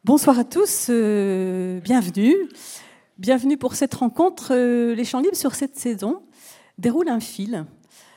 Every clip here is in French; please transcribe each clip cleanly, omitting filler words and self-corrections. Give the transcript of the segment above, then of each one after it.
Bonsoir à tous, bienvenue. Bienvenue pour cette rencontre. Les Champs Libres sur cette saison déroulent un fil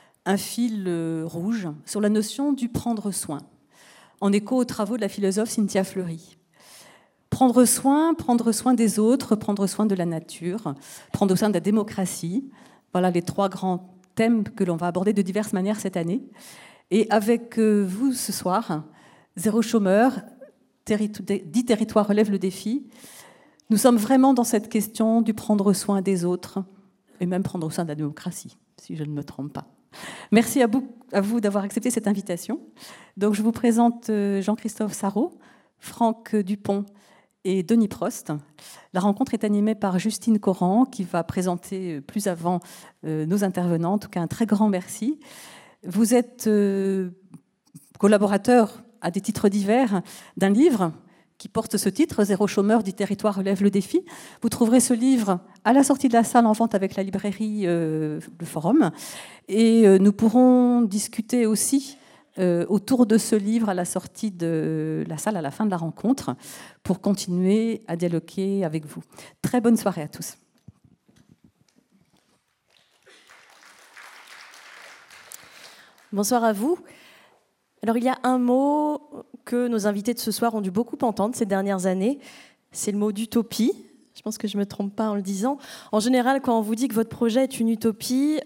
rouge sur la notion du prendre soin, en écho aux travaux de la philosophe Cynthia Fleury. Prendre soin des autres, prendre soin de la nature, prendre soin de la démocratie. Voilà les trois grands thèmes que l'on va aborder de diverses manières cette année. Et avec vous ce soir, Zéro chômeur, 10 territoires relèvent le défi. Nous sommes vraiment dans cette question du prendre soin des autres et même prendre soin de la démocratie, si je ne me trompe pas. Merci à vous d'avoir accepté cette invitation. Donc, je vous présente Jean-Christophe Sarraud, Franck Dupont et Denis Prost. La rencontre est animée par Justine Coran, qui va présenter plus avant nos intervenants. En tout cas, un très grand merci. Vous êtes collaborateur à des titres divers d'un livre qui porte ce titre, Zéro chômeur, 10 territoires relèvent le défi. Vous trouverez ce livre à la sortie de la salle en vente avec la librairie Le Forum. Et nous pourrons discuter aussi autour de ce livre à la sortie de la salle à la fin de la rencontre pour continuer à dialoguer avec vous. Très bonne soirée à tous. Bonsoir à vous. Alors, il y a un mot que nos invités de ce soir ont dû beaucoup entendre ces dernières années, c'est le mot d'utopie. Je pense que je ne me trompe pas en le disant. En général, quand on vous dit que votre projet est une utopie,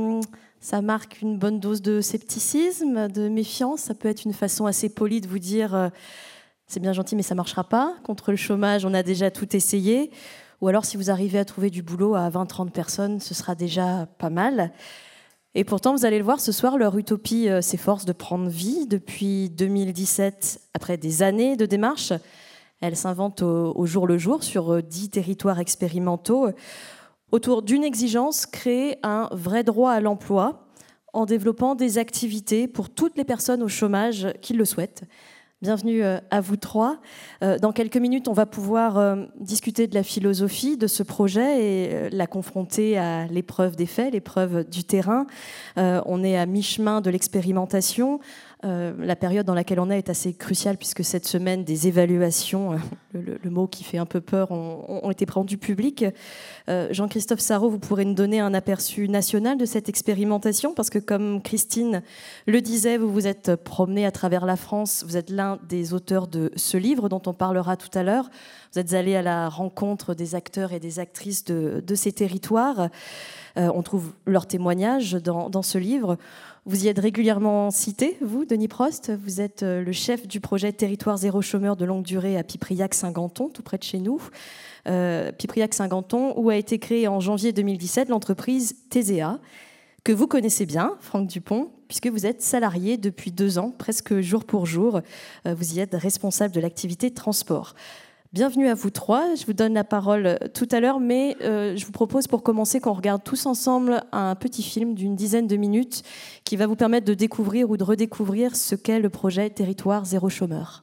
ça marque une bonne dose de scepticisme, de méfiance. Ça peut être une façon assez polie de vous dire c'est bien gentil, mais ça ne marchera pas. Contre le chômage, on a déjà tout essayé. Ou alors, si vous arrivez à trouver du boulot à 20-30 personnes, ce sera déjà pas mal. Et pourtant, vous allez le voir, ce soir, leur utopie s'efforce de prendre vie. Depuis 2017, après des années de démarches, elle s'invente au jour le jour sur 10 territoires expérimentaux autour d'une exigence, créer un vrai droit à l'emploi en développant des activités pour toutes les personnes au chômage qui le souhaitent. Bienvenue à vous trois. Dans quelques minutes, on va pouvoir discuter de la philosophie de ce projet et la confronter à l'épreuve des faits, l'épreuve du terrain. On est à mi-chemin de l'expérimentation. La période dans laquelle on est assez cruciale puisque cette semaine, des évaluations, le mot qui fait un peu peur, ont été rendus publics. Jean-Christophe Sarraud, vous pourrez nous donner un aperçu national de cette expérimentation parce que comme Christine le disait, vous vous êtes promené à travers la France, vous êtes l'un des auteurs de ce livre dont on parlera tout à l'heure. Vous êtes allé à la rencontre des acteurs et des actrices de ces territoires. On trouve leurs témoignages dans ce livre. Vous y êtes régulièrement cité, vous, Denis Prost. Vous êtes le chef du projet Territoire zéro chômeur de longue durée à Pipriac-Saint-Ganton, tout près de chez nous. Pipriac-Saint-Ganton, où a été créée en janvier 2017 l'entreprise Tesea, que vous connaissez bien, Franck Dupont, puisque vous êtes salarié depuis 2 ans, presque jour pour jour. Vous y êtes responsable de l'activité transport. Bienvenue à vous trois. Je vous donne la parole tout à l'heure, mais je vous propose pour commencer qu'on regarde tous ensemble un petit film d'une dizaine de minutes qui va vous permettre de découvrir ou de redécouvrir ce qu'est le projet Territoire zéro chômeur.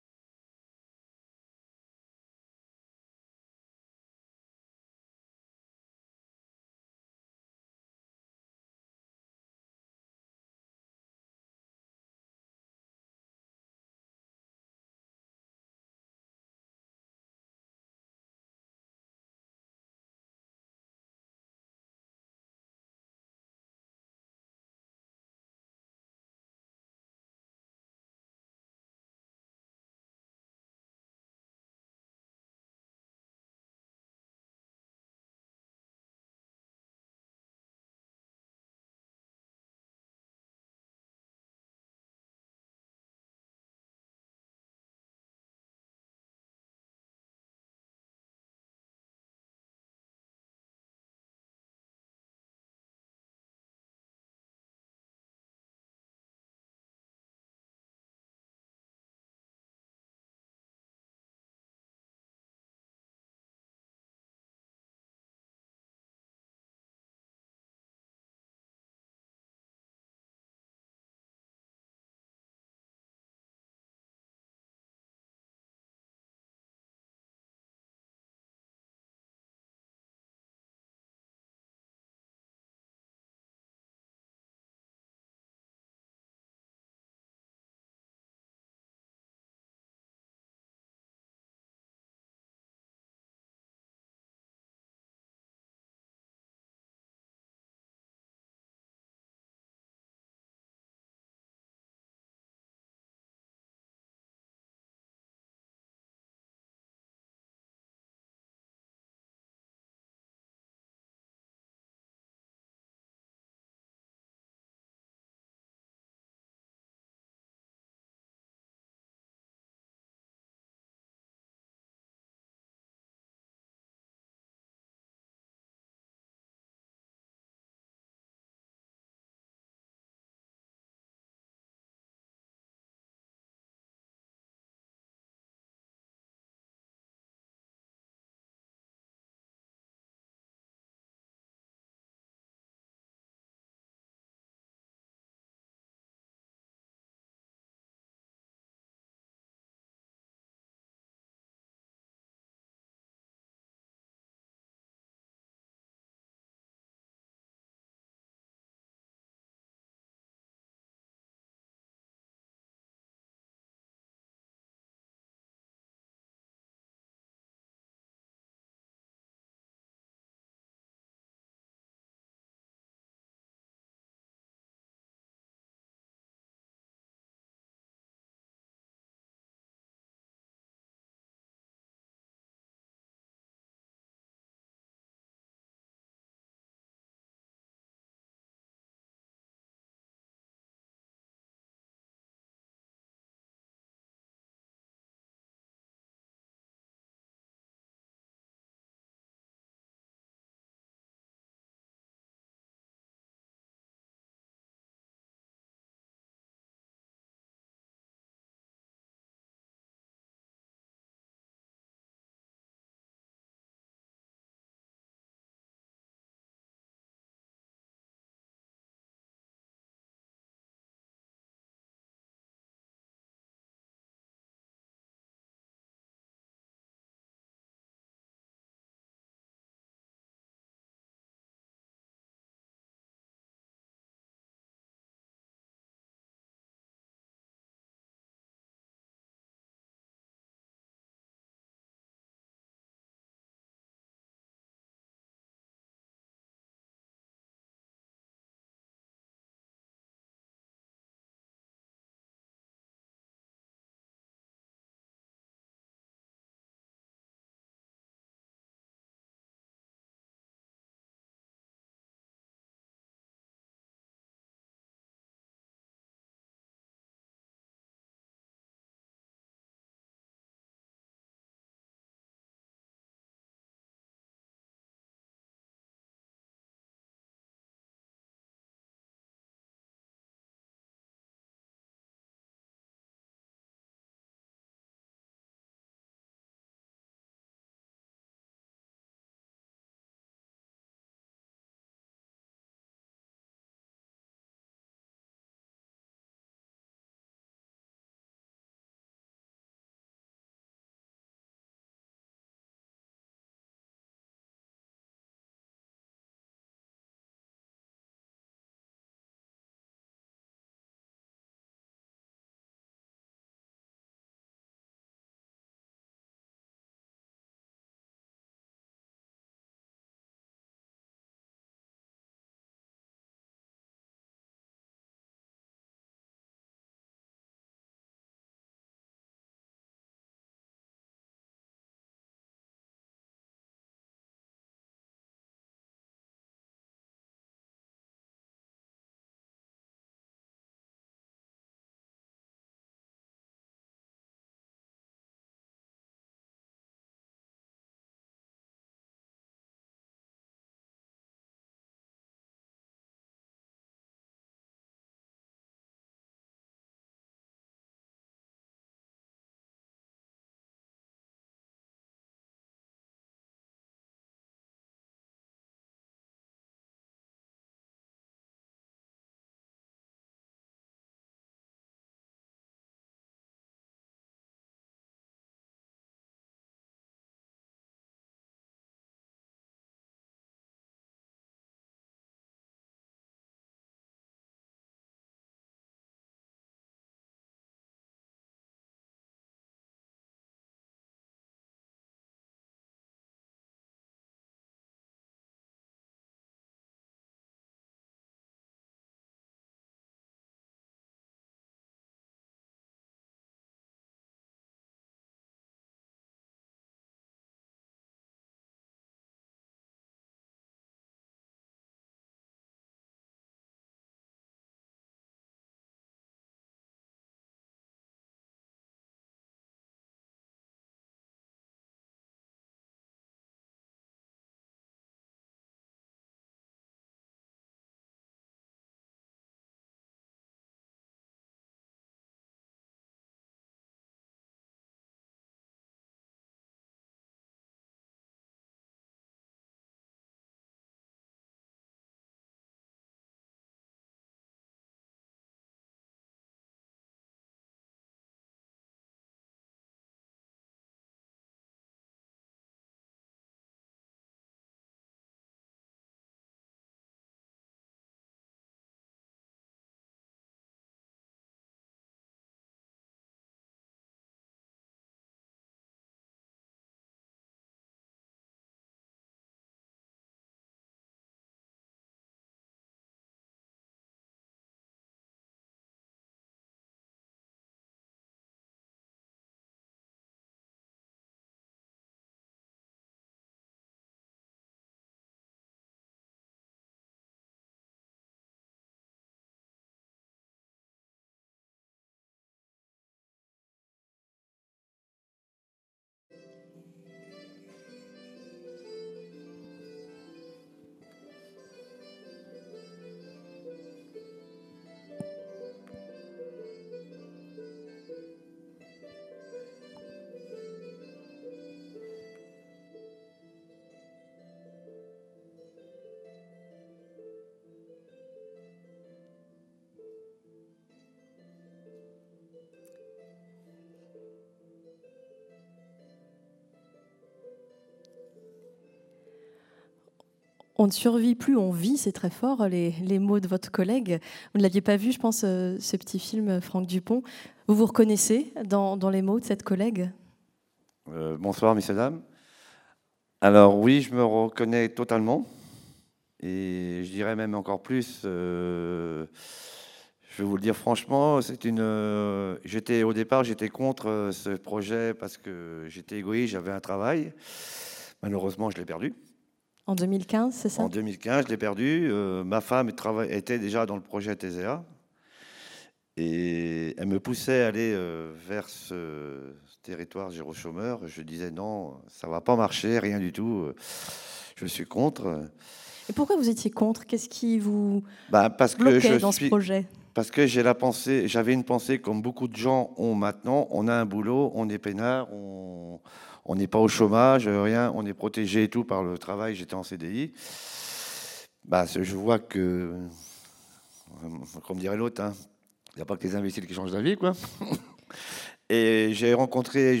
On ne survit plus, on vit, c'est très fort, les mots de votre collègue. Vous ne l'aviez pas vu, je pense, ce petit film, Franck Dupont. Vous vous reconnaissez dans les mots de cette collègue ? Bonsoir, messieurs, dames. Alors oui, je me reconnais totalement. Et je dirais même encore plus, je vais vous le dire franchement, au départ, j'étais contre ce projet parce que j'étais égoïste, j'avais un travail. Malheureusement, je l'ai perdu. En 2015, c'est ça ? En 2015, je l'ai perdu. Ma femme était déjà dans le projet TESEA. Et elle me poussait à aller vers ce territoire zéro chômeur. Je disais non, ça ne va pas marcher, rien du tout. Je suis contre. Et pourquoi vous étiez contre ? Qu'est-ce qui vous bloquait dans ce projet ? Parce que j'avais une pensée comme beaucoup de gens ont maintenant. On a un boulot, on est peinard, on n'est pas au chômage, rien, on est protégé et tout par le travail. J'étais en CDI. Je vois que, comme dirait l'autre, hein, il n'y a pas que les imbéciles qui changent d'avis, quoi. Et j'ai rencontré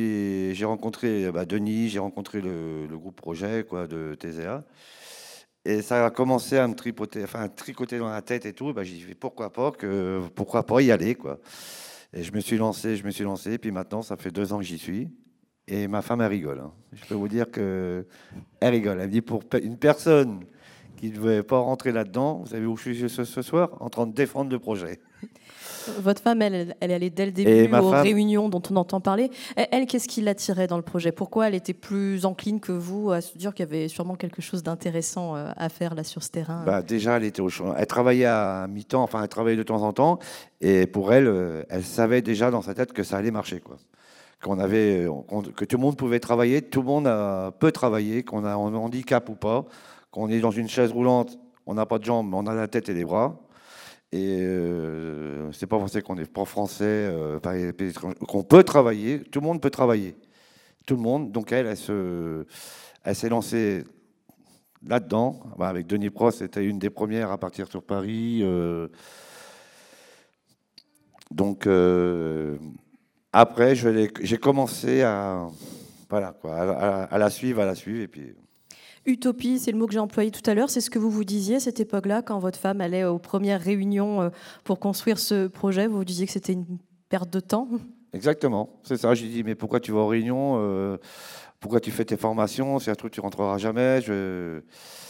Denis, j'ai rencontré le groupe projet, quoi, de TESEA. Et ça a commencé à me tricoter dans la tête et tout. J'ai dit pourquoi pas y aller, quoi. Et je me suis lancé. Et puis maintenant, ça fait 2 ans que j'y suis. Et ma femme, elle rigole. Hein. Je peux vous dire qu'elle rigole. Elle me dit pour une personne qui ne devait pas rentrer là-dedans, vous savez où je suis ce soir ? En train de défendre le projet. Votre femme, elle allait dès le début aux réunions dont on entend parler. Elle, qu'est-ce qui l'attirait dans le projet ? Pourquoi elle était plus encline que vous à se dire qu'il y avait sûrement quelque chose d'intéressant à faire là sur ce terrain ? Déjà, elle était au champ. Elle travaillait à mi-temps, enfin, elle travaillait de temps en temps. Et pour elle, elle savait déjà dans sa tête que ça allait marcher, quoi. Que tout le monde pouvait travailler, tout le monde peut travailler, qu'on a un handicap ou pas, qu'on est dans une chaise roulante, on n'a pas de jambes, mais on a la tête et les bras. Et c'est pas français qu'on n'est pas français, qu'on peut travailler, tout le monde peut travailler, tout le monde. Donc elle s'est lancée là-dedans. Avec Denis Prost, c'était une des premières à partir sur Paris. Après, j'ai commencé à la suivre, et puis. Utopie, c'est le mot que j'ai employé tout à l'heure. C'est ce que vous disiez à cette époque-là, quand votre femme allait aux premières réunions pour construire ce projet. Vous disiez que c'était une perte de temps. Exactement, c'est ça. Je lui dis, mais pourquoi tu vas aux réunions ? Pourquoi tu fais tes formations ? C'est un truc que tu rentreras jamais. Je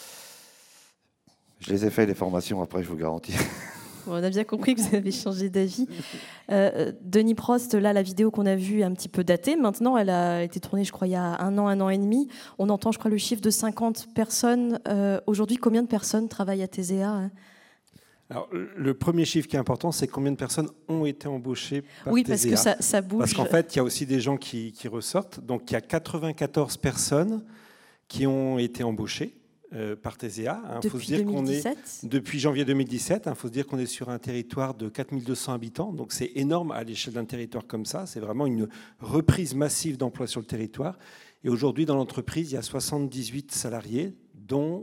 les ai fait, les formations, après, je vous garantis. On a bien compris que vous avez changé d'avis. Denis Prost, là, la vidéo qu'on a vue est un petit peu datée. Maintenant, elle a été tournée, je crois, il y a 1 an et demi. On entend, je crois, le chiffre de 50 personnes. Aujourd'hui, combien de personnes travaillent à TESEA, hein ? Alors, le premier chiffre qui est important, c'est combien de personnes ont été embauchées par TESEA. Oui, parce que ça bouge. Parce qu'en fait, il y a aussi des gens qui ressortent. Donc, il y a 94 personnes qui ont été embauchées par TESEA. Depuis 2017 ? Depuis janvier 2017. Il faut se dire qu'on est sur un territoire de 4200 habitants. Donc, c'est énorme à l'échelle d'un territoire comme ça. C'est vraiment une reprise massive d'emplois sur le territoire. Et aujourd'hui, dans l'entreprise, il y a 78 salariés, dont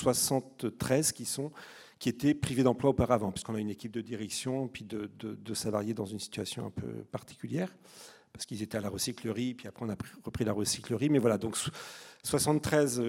73 qui étaient privés d'emploi auparavant, puisqu'on a une équipe de direction, puis de salariés dans une situation un peu particulière, parce qu'ils étaient à la recyclerie, puis après on a repris la recyclerie. Mais voilà, donc 73,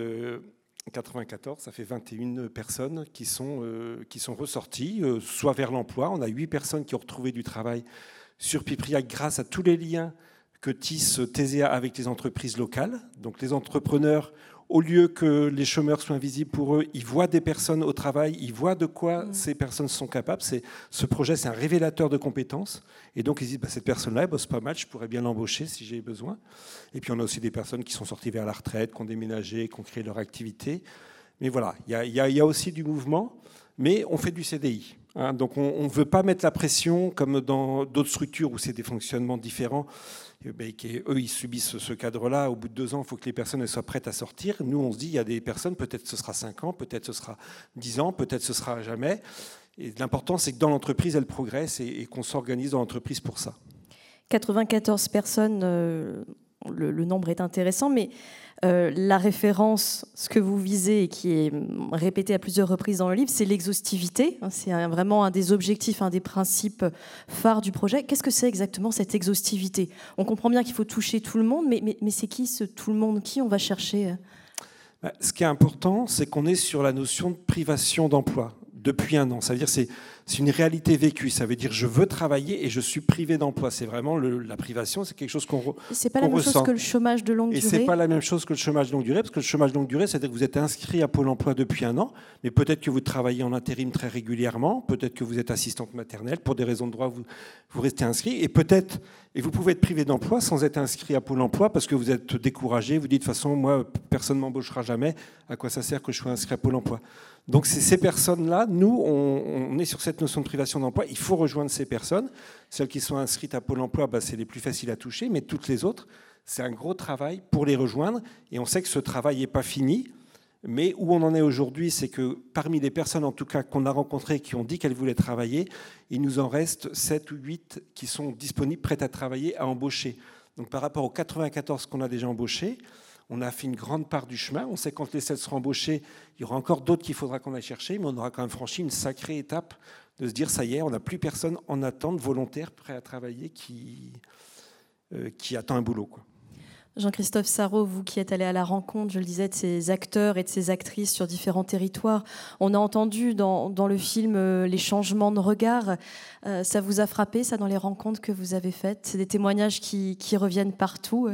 94, ça fait 21 personnes qui sont ressorties, soit vers l'emploi. On a 8 personnes qui ont retrouvé du travail sur Pipriac grâce à tous les liens que tisse TESEA avec les entreprises locales. Donc les entrepreneurs, au lieu que les chômeurs soient invisibles pour eux, ils voient des personnes au travail, ils voient de quoi ces personnes sont capables. Ce projet, c'est un révélateur de compétences. Et donc, ils disent, cette personne-là, elle bosse pas mal, je pourrais bien l'embaucher si j'ai besoin. Et puis, on a aussi des personnes qui sont sorties vers la retraite, qui ont déménagé, qui ont créé leur activité. Mais voilà, il y a aussi du mouvement, mais on fait du CDI. Hein, donc, on ne veut pas mettre la pression, comme dans d'autres structures où c'est des fonctionnements différents. Eux, ils subissent ce cadre-là. Au bout de 2 ans, il faut que les personnes elles soient prêtes à sortir. Nous, on se dit, il y a des personnes, peut-être ce sera 5 ans, peut-être ce sera 10 ans, peut-être ce sera jamais. Et l'important, c'est que dans l'entreprise, elle progresse et qu'on s'organise dans l'entreprise pour ça. 94 personnes, le nombre est intéressant, mais la référence, ce que vous visez et qui est répété à plusieurs reprises dans le livre, c'est l'exhaustivité. C'est vraiment un des objectifs, un des principes phares du projet. Qu'est-ce que c'est exactement cette exhaustivité ? On comprend bien qu'il faut toucher tout le monde, mais c'est qui ce tout le monde ? Qui on va chercher ? Ce qui est important, c'est qu'on est sur la notion de privation d'emploi depuis 1 an. Ça veut dire que c'est une réalité vécue. Ça veut dire je veux travailler et je suis privé d'emploi. C'est vraiment la privation, c'est quelque chose qu'on ressent. C'est pas la même chose que le chômage de longue durée. Et c'est pas la même chose que le chômage de longue durée, parce que le chômage de longue durée, c'est-à-dire que vous êtes inscrit à Pôle emploi depuis 1 an, mais peut-être que vous travaillez en intérim très régulièrement, peut-être que vous êtes assistante maternelle, pour des raisons de droit, vous restez inscrit, et vous pouvez être privé d'emploi sans être inscrit à Pôle emploi parce que vous êtes découragé, vous dites de toute façon, moi, personne ne m'embauchera jamais, à quoi ça sert que je sois inscrit à Pôle emploi? Donc c'est ces personnes-là, nous, on est sur cette notion de privation d'emploi, il faut rejoindre ces personnes. Celles qui sont inscrites à Pôle emploi, c'est les plus faciles à toucher, mais toutes les autres, c'est un gros travail pour les rejoindre, et on sait que ce travail n'est pas fini, mais où on en est aujourd'hui, c'est que parmi les personnes, en tout cas, qu'on a rencontrées, qui ont dit qu'elles voulaient travailler, il nous en reste 7 ou 8 qui sont disponibles, prêtes à travailler, à embaucher. Donc par rapport aux 94 qu'on a déjà embauchés, on a fait une grande part du chemin. On sait que quand les 7 seront embauchés, il y aura encore d'autres qu'il faudra qu'on aille chercher, mais on aura quand même franchi une sacrée étape de se dire, ça y est, on n'a plus personne en attente, volontaire, prêt à travailler, qui attend un boulot, quoi. Jean-Christophe Sarraud, vous qui êtes allé à la rencontre, je le disais, de ces acteurs et de ces actrices sur différents territoires, on a entendu dans le film les changements de regard. Ça vous a frappé, ça, dans les rencontres que vous avez faites? C'est des témoignages qui reviennent partout.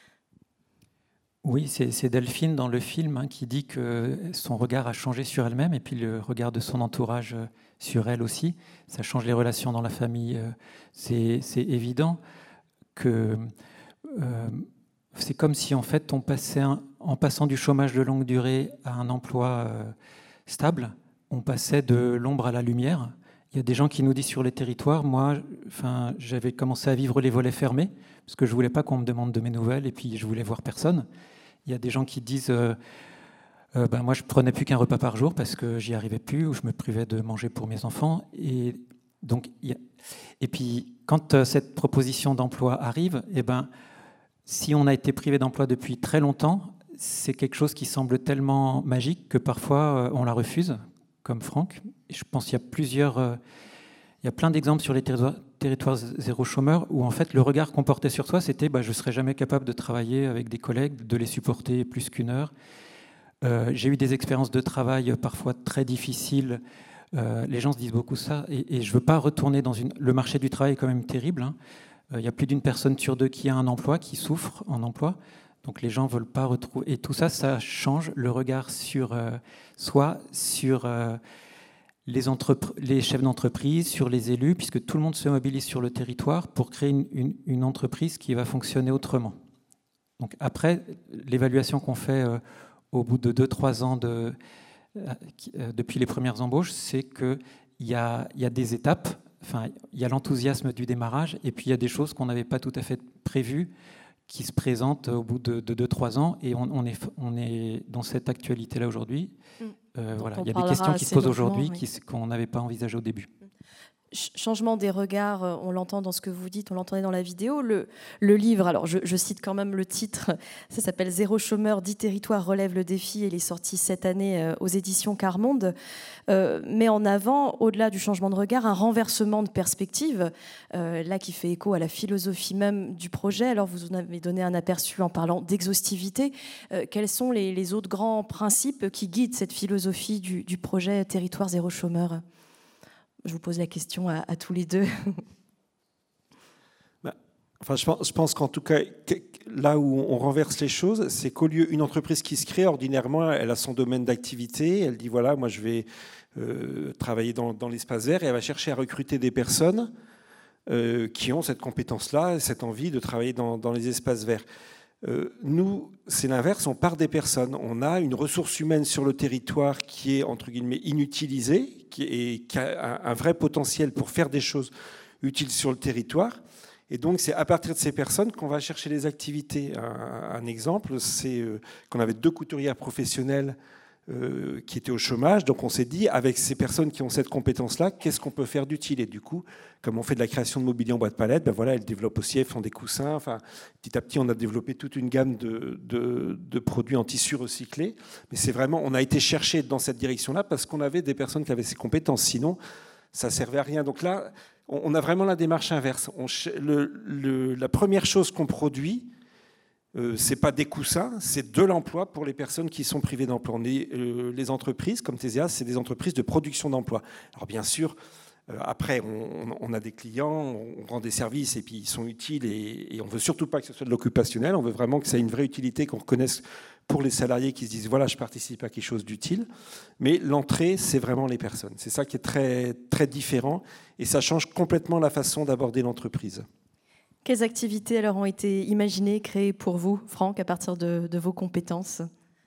Oui, c'est Delphine dans le film qui dit que son regard a changé sur elle-même et puis le regard de son entourage sur elle aussi. Ça change les relations dans la famille. C'est évident que c'est comme si en fait on passait en passant du chômage de longue durée à un emploi stable, on passait de l'ombre à la lumière. Il y a des gens qui nous disent sur les territoires, moi, j'avais commencé à vivre les volets fermés parce que je voulais pas qu'on me demande de mes nouvelles et puis je voulais voir personne. Il y a des gens qui disent moi je prenais plus qu'un repas par jour parce que j'y arrivais plus ou je me privais de manger pour mes enfants. Et donc et puis quand cette proposition d'emploi arrive, si on a été privé d'emploi depuis très longtemps, c'est quelque chose qui semble tellement magique que parfois on la refuse, comme Franck. Et je pense qu'il y a plein d'exemples sur les territoires zéro chômeur où en fait le regard qu'on portait sur soi, c'était je ne serais jamais capable de travailler avec des collègues, de les supporter plus qu'1 heure. J'ai eu des expériences de travail parfois très difficiles. Les gens se disent beaucoup ça et je ne veux pas retourner dans le marché du travail est quand même terrible. Il y a plus d'une personne sur 2 qui a un emploi, qui souffre en emploi. Donc les gens ne veulent pas retrouver. Et tout ça, ça change le regard sur soi, sur les chefs d'entreprise, sur les élus, puisque tout le monde se mobilise sur le territoire pour créer une entreprise qui va fonctionner autrement. Donc après, l'évaluation qu'on fait au bout de 2-3 ans depuis les premières embauches, c'est qu'il y a des étapes. Il y a l'enthousiasme du démarrage et puis il y a des choses qu'on n'avait pas tout à fait prévues qui se présentent au bout de 2-3 ans et on est dans cette actualité-là aujourd'hui. Voilà. Il y a des questions qui se posent aujourd'hui qu'on n'avait pas envisagées au début. Changement des regards, on l'entend dans ce que vous dites, on l'entendait dans la vidéo. Le livre, alors je cite quand même le titre, ça s'appelle « Zéro chômeur, 10 territoires relèvent le défi » et il est sorti cette année aux éditions Carmonde. Met en avant, au-delà du changement de regard, un renversement de perspective, là qui fait écho à la philosophie même du projet. Alors vous en avez donné un aperçu en parlant d'exhaustivité. Quels sont les autres grands principes qui guident cette philosophie du projet Territoire zéro chômeur ? Je vous pose la question à tous les deux. Je pense qu'en tout cas, là où on renverse les choses, c'est qu'au lieu une entreprise qui se crée, ordinairement, elle a son domaine d'activité. Elle dit, voilà, moi je vais travailler dans l'espace vert et elle va chercher à recruter des personnes qui ont cette compétence-là, cette envie de travailler dans les espaces verts. Nous, c'est l'inverse, on part des personnes. On a une ressource humaine sur le territoire qui est, entre guillemets, inutilisée, qui a un vrai potentiel pour faire des choses utiles sur le territoire. Et donc, c'est à partir de ces personnes qu'on va chercher les activités. Un exemple, c'est qu'on avait 2 couturières professionnelles qui étaient au chômage. Donc, on s'est dit, avec ces personnes qui ont cette compétence-là, qu'est-ce qu'on peut faire d'utile ? Et du coup, comme on fait de la création de mobilier en bois de palette, elles développent aussi, elles font des coussins. Enfin, petit à petit, on a développé toute une gamme de produits en tissu recyclé. Mais c'est vraiment, on a été chercher dans cette direction-là parce qu'on avait des personnes qui avaient ces compétences. Sinon, ça ne servait à rien. Donc là, on a vraiment la démarche inverse. La première chose qu'on produit, c'est pas des coussins, c'est de l'emploi pour les personnes qui sont privées d'emploi. Les entreprises comme TESEA, c'est des entreprises de production d'emploi. Alors bien sûr, après, on a des clients, on rend des services et puis ils sont utiles et on veut surtout pas que ce soit de l'occupationnel, on veut vraiment que ça ait une vraie utilité, qu'on reconnaisse pour les salariés qui se disent voilà, je participe à quelque chose d'utile. Mais l'entrée, c'est vraiment les personnes. C'est ça qui est très, très différent et ça change complètement la façon d'aborder l'entreprise. Quelles activités alors ont été imaginées, créées pour vous, Franck, à partir de vos compétences ?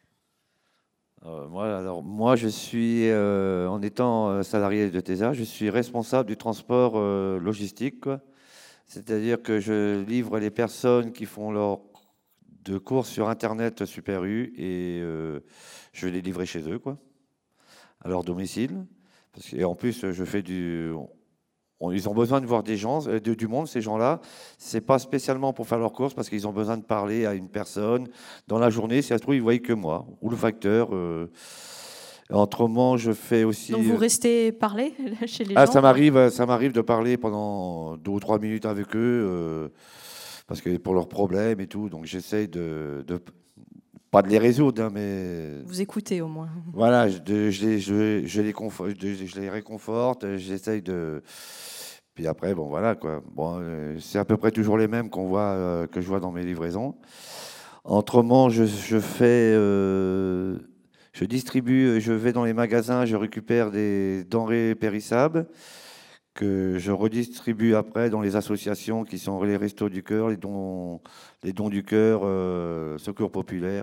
Moi, je suis, en étant salarié de TESEA, je suis responsable du transport logistique, quoi. C'est-à-dire que je livre les personnes qui font leur de courses sur Internet Super U et je vais les livrer chez eux, quoi, à leur domicile. Et en plus, je fais ils ont besoin de voir des gens, du monde, ces gens-là. C'est pas spécialement pour faire leurs courses, parce qu'ils ont besoin de parler à une personne. Dans la journée, si ça se trouve, ils voient que moi, ou le facteur. Autrement, je fais aussi... Donc vous restez parler chez les gens ? Ça m'arrive de parler pendant 2 ou 3 minutes avec eux, parce que pour leurs problèmes et tout. Donc j'essaye pas de les résoudre, hein, mais... Vous écoutez au moins. Voilà, je les réconforte, j'essaye de... Puis après, bon, voilà, quoi. Bon, c'est à peu près toujours les mêmes que je vois dans mes livraisons. Autrement, je distribue, je vais dans les magasins, je récupère des denrées périssables que je redistribue après dans les associations qui sont les Restos du Cœur, les dons du Cœur, Secours Populaire.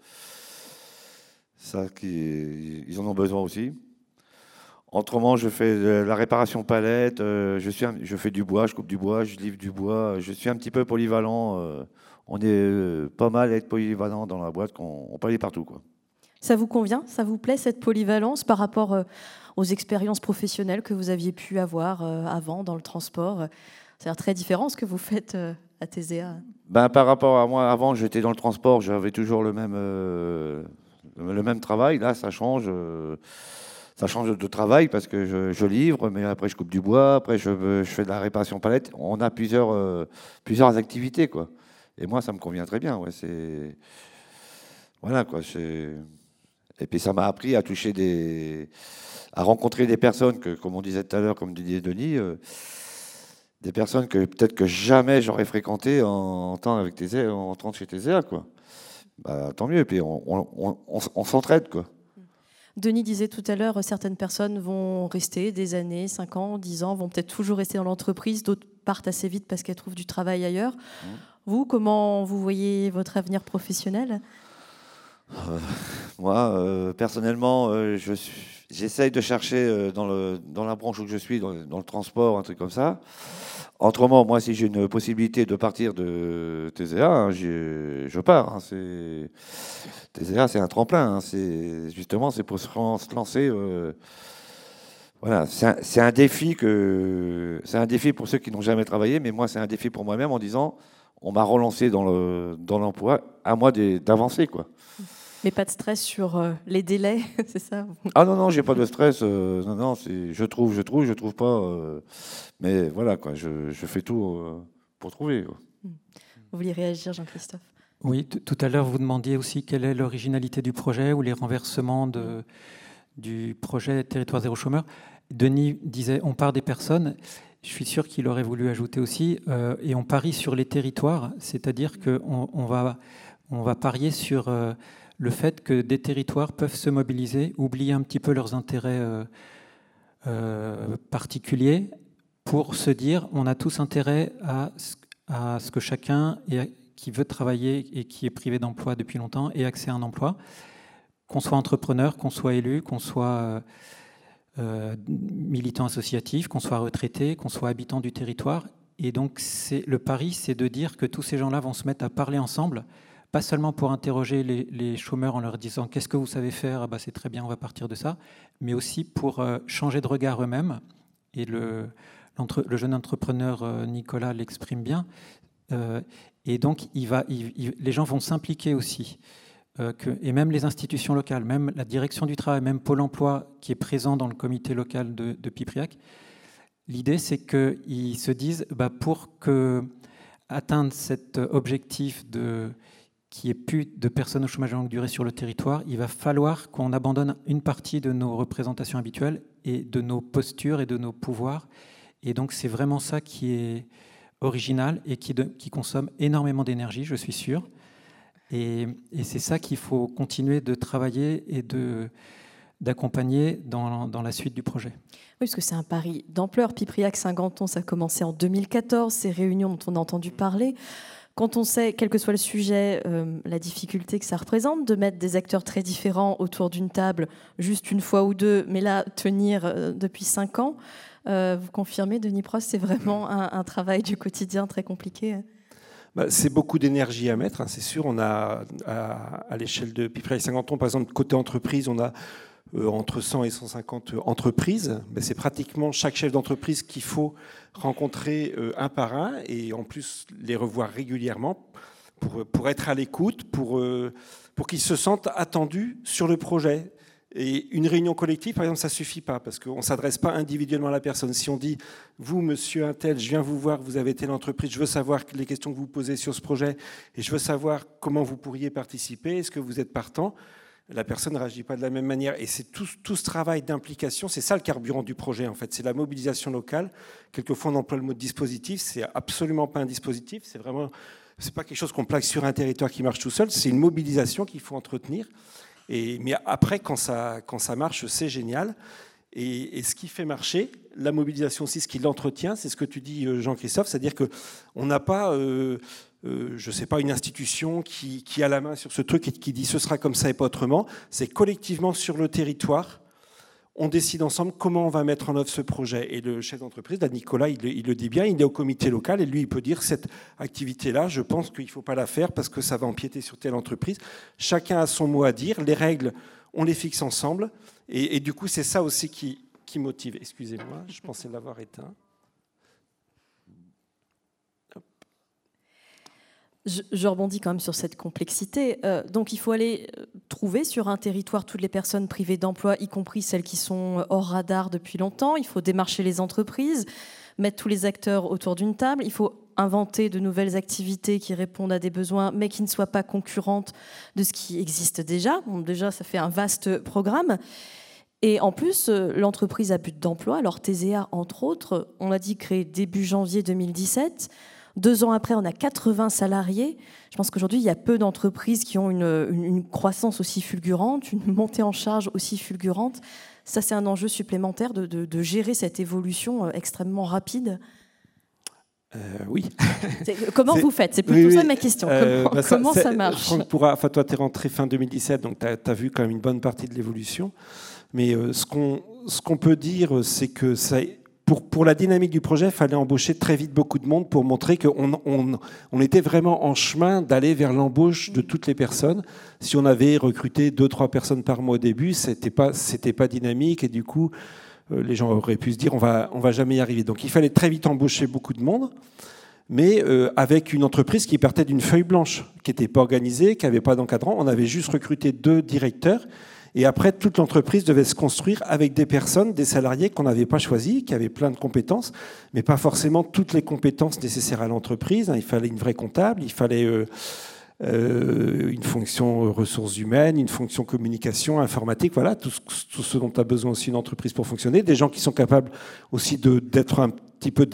Ils en ont besoin aussi. Autrement, je fais de la réparation palette, je fais du bois, je coupe du bois, je livre du bois. Je suis un petit peu polyvalent. On est pas mal à être polyvalent dans la boîte, on peut aller partout, quoi. Ça vous convient ? Ça vous plaît, cette polyvalence, par rapport aux expériences professionnelles que vous aviez pu avoir avant dans le transport ? C'est très différent ce que vous faites à TESEA. Par rapport à moi, avant, j'étais dans le transport, j'avais toujours le même travail. Là, ça change de travail parce que je livre, mais après je coupe du bois, après je fais de la réparation palette. On a plusieurs activités, quoi. Et moi, ça me convient très bien. Ouais, voilà, quoi. Et puis ça m'a appris à à rencontrer des personnes que, comme on disait tout à l'heure, comme disait Denis, des personnes que peut-être que jamais j'aurais fréquentées en entrant chez TESEA, quoi. Tant mieux. Et puis on s'entraide, quoi. Denis disait tout à l'heure, certaines personnes vont rester des années, 5 ans, 10 ans, vont peut-être toujours rester dans l'entreprise, d'autres partent assez vite parce qu'elles trouvent du travail ailleurs. Vous, comment vous voyez votre avenir professionnel ? Moi, personnellement, j'essaye de chercher dans la branche où je suis, dans le transport, un truc comme ça. Autrement, moi, si j'ai une possibilité de partir de TESEA, hein, je pars. Hein, TESEA, c'est un tremplin. Hein, justement, c'est pour se lancer. Voilà, c'est un défi pour ceux qui n'ont jamais travaillé, mais moi, c'est un défi pour moi-même en disant, on m'a relancé dans l'emploi, à moi d'avancer, quoi. Mais pas de stress sur les délais, c'est ça ? Ah non, j'ai pas de stress. Non, je trouve pas. Mais voilà, quoi, je fais tout pour trouver, quoi. Vous vouliez réagir, Jean-Christophe ? Oui, tout à l'heure, vous demandiez aussi quelle est l'originalité du projet ou les renversements du projet Territoire Zéro Chômeur. Denis disait, on part des personnes. Je suis sûr qu'il aurait voulu ajouter aussi, et on parie sur les territoires, c'est-à-dire qu'on va parier sur... le fait que des territoires peuvent se mobiliser, oublier un petit peu leurs intérêts particuliers pour se dire on a tous intérêt à ce que chacun qui veut travailler et qui est privé d'emploi depuis longtemps ait accès à un emploi, qu'on soit entrepreneur, qu'on soit élu, qu'on soit militant associatif, qu'on soit retraité, qu'on soit habitant du territoire. Et donc le pari, c'est de dire que tous ces gens-là vont se mettre à parler ensemble, pas seulement pour interroger les chômeurs en leur disant « qu'est-ce que vous savez faire ? C'est très bien, on va partir de ça », mais aussi pour changer de regard eux-mêmes. Et le jeune entrepreneur Nicolas l'exprime bien. Et donc, les gens vont s'impliquer aussi. Et même les institutions locales, même la direction du travail, même Pôle emploi qui est présent dans le comité local de Pipriac, l'idée c'est qu'ils se disent pour atteindre cet objectif qu'il n'y ait plus de personnes au chômage de longue durée sur le territoire, il va falloir qu'on abandonne une partie de nos représentations habituelles et de nos postures et de nos pouvoirs. Et donc c'est vraiment ça qui est original et qui consomme énormément d'énergie, je suis sûr. Et c'est ça qu'il faut continuer de travailler et d'accompagner dans la suite du projet. Oui, parce que c'est un pari d'ampleur. Pipriac-Saint-Ganton, ça a commencé en 2014, ces réunions dont on a entendu parler. Quand on sait, quel que soit le sujet, la difficulté que ça représente de mettre des acteurs très différents autour d'une table juste une fois ou deux, mais là, tenir depuis 5 ans, vous confirmez, Denis Prost, c'est vraiment un travail du quotidien très compliqué. C'est beaucoup d'énergie à mettre, hein, c'est sûr. On a, à l'échelle de Pipriac-Saint-Ganton, par exemple, côté entreprise, on a entre 100 et 150 entreprises. C'est pratiquement chaque chef d'entreprise qu'il faut rencontrer un par un et en plus les revoir régulièrement pour être à l'écoute, pour qu'ils se sentent attendus sur le projet. Et une réunion collective, par exemple, ça ne suffit pas parce qu'on ne s'adresse pas individuellement à la personne. Si on dit, vous, monsieur Untel, je viens vous voir, vous avez telle entreprise, je veux savoir les questions que vous posez sur ce projet et je veux savoir comment vous pourriez participer, est-ce que vous êtes partant ? La personne ne réagit pas de la même manière. Et c'est tout ce travail d'implication, c'est ça le carburant du projet, en fait. C'est la mobilisation locale. Quelquefois, on emploie le mot dispositif. C'est absolument pas un dispositif. C'est pas quelque chose qu'on plaque sur un territoire qui marche tout seul. C'est une mobilisation qu'il faut entretenir. Mais après, quand ça marche, c'est génial. Et ce qui fait marcher, la mobilisation aussi, ce qui l'entretient, c'est ce que tu dis, Jean-Christophe, c'est-à-dire qu'on n'a pas... je ne sais pas, une institution qui a la main sur ce truc et qui dit ce sera comme ça et pas autrement. C'est collectivement sur le territoire, on décide ensemble comment on va mettre en œuvre ce projet. Et le chef d'entreprise, là, Nicolas, il le dit bien, il est au comité local et lui, il peut dire cette activité-là, je pense qu'il ne faut pas la faire parce que ça va empiéter sur telle entreprise. Chacun a son mot à dire, les règles, on les fixe ensemble. Et du coup, c'est ça aussi qui motive. Excusez-moi, je pensais l'avoir éteint. Je rebondis quand même sur cette complexité. Donc il faut aller trouver sur un territoire toutes les personnes privées d'emploi, y compris celles qui sont hors radar depuis longtemps. Il faut démarcher les entreprises, mettre tous les acteurs autour d'une table. Il faut inventer de nouvelles activités qui répondent à des besoins, mais qui ne soient pas concurrentes de ce qui existe déjà. Bon, déjà, ça fait un vaste programme. Et en plus, l'entreprise à but d'emploi, alors TESEA, entre autres, on l'a dit, créée début janvier 2017. 2 ans après, on a 80 salariés. Je pense qu'aujourd'hui, il y a peu d'entreprises qui ont une croissance aussi fulgurante, une montée en charge aussi fulgurante. Ça, c'est un enjeu supplémentaire de gérer cette évolution extrêmement rapide. Oui. Comment vous faites ? C'est plutôt ça ma question. Comment ça marche ? Franck, toi, tu es rentré fin 2017, donc tu as vu quand même une bonne partie de l'évolution. Mais ce qu'on peut dire, c'est que ça... Pour la dynamique du projet, il fallait embaucher très vite beaucoup de monde pour montrer qu'on était vraiment en chemin d'aller vers l'embauche de toutes les personnes. Si on avait recruté 2-3 personnes par mois au début, c'était pas dynamique et du coup, les gens auraient pu se dire on va jamais y arriver. Donc il fallait très vite embaucher beaucoup de monde, mais avec une entreprise qui partait d'une feuille blanche, qui n'était pas organisée, qui n'avait pas d'encadrant. On avait juste recruté 2 directeurs. Et après, toute l'entreprise devait se construire avec des personnes, des salariés qu'on n'avait pas choisis, qui avaient plein de compétences, mais pas forcément toutes les compétences nécessaires à l'entreprise. Il fallait une vraie comptable, il fallait une fonction ressources humaines, une fonction communication, informatique, voilà, tout ce dont a besoin aussi une entreprise pour fonctionner. Des gens qui sont capables aussi d'être un petit peu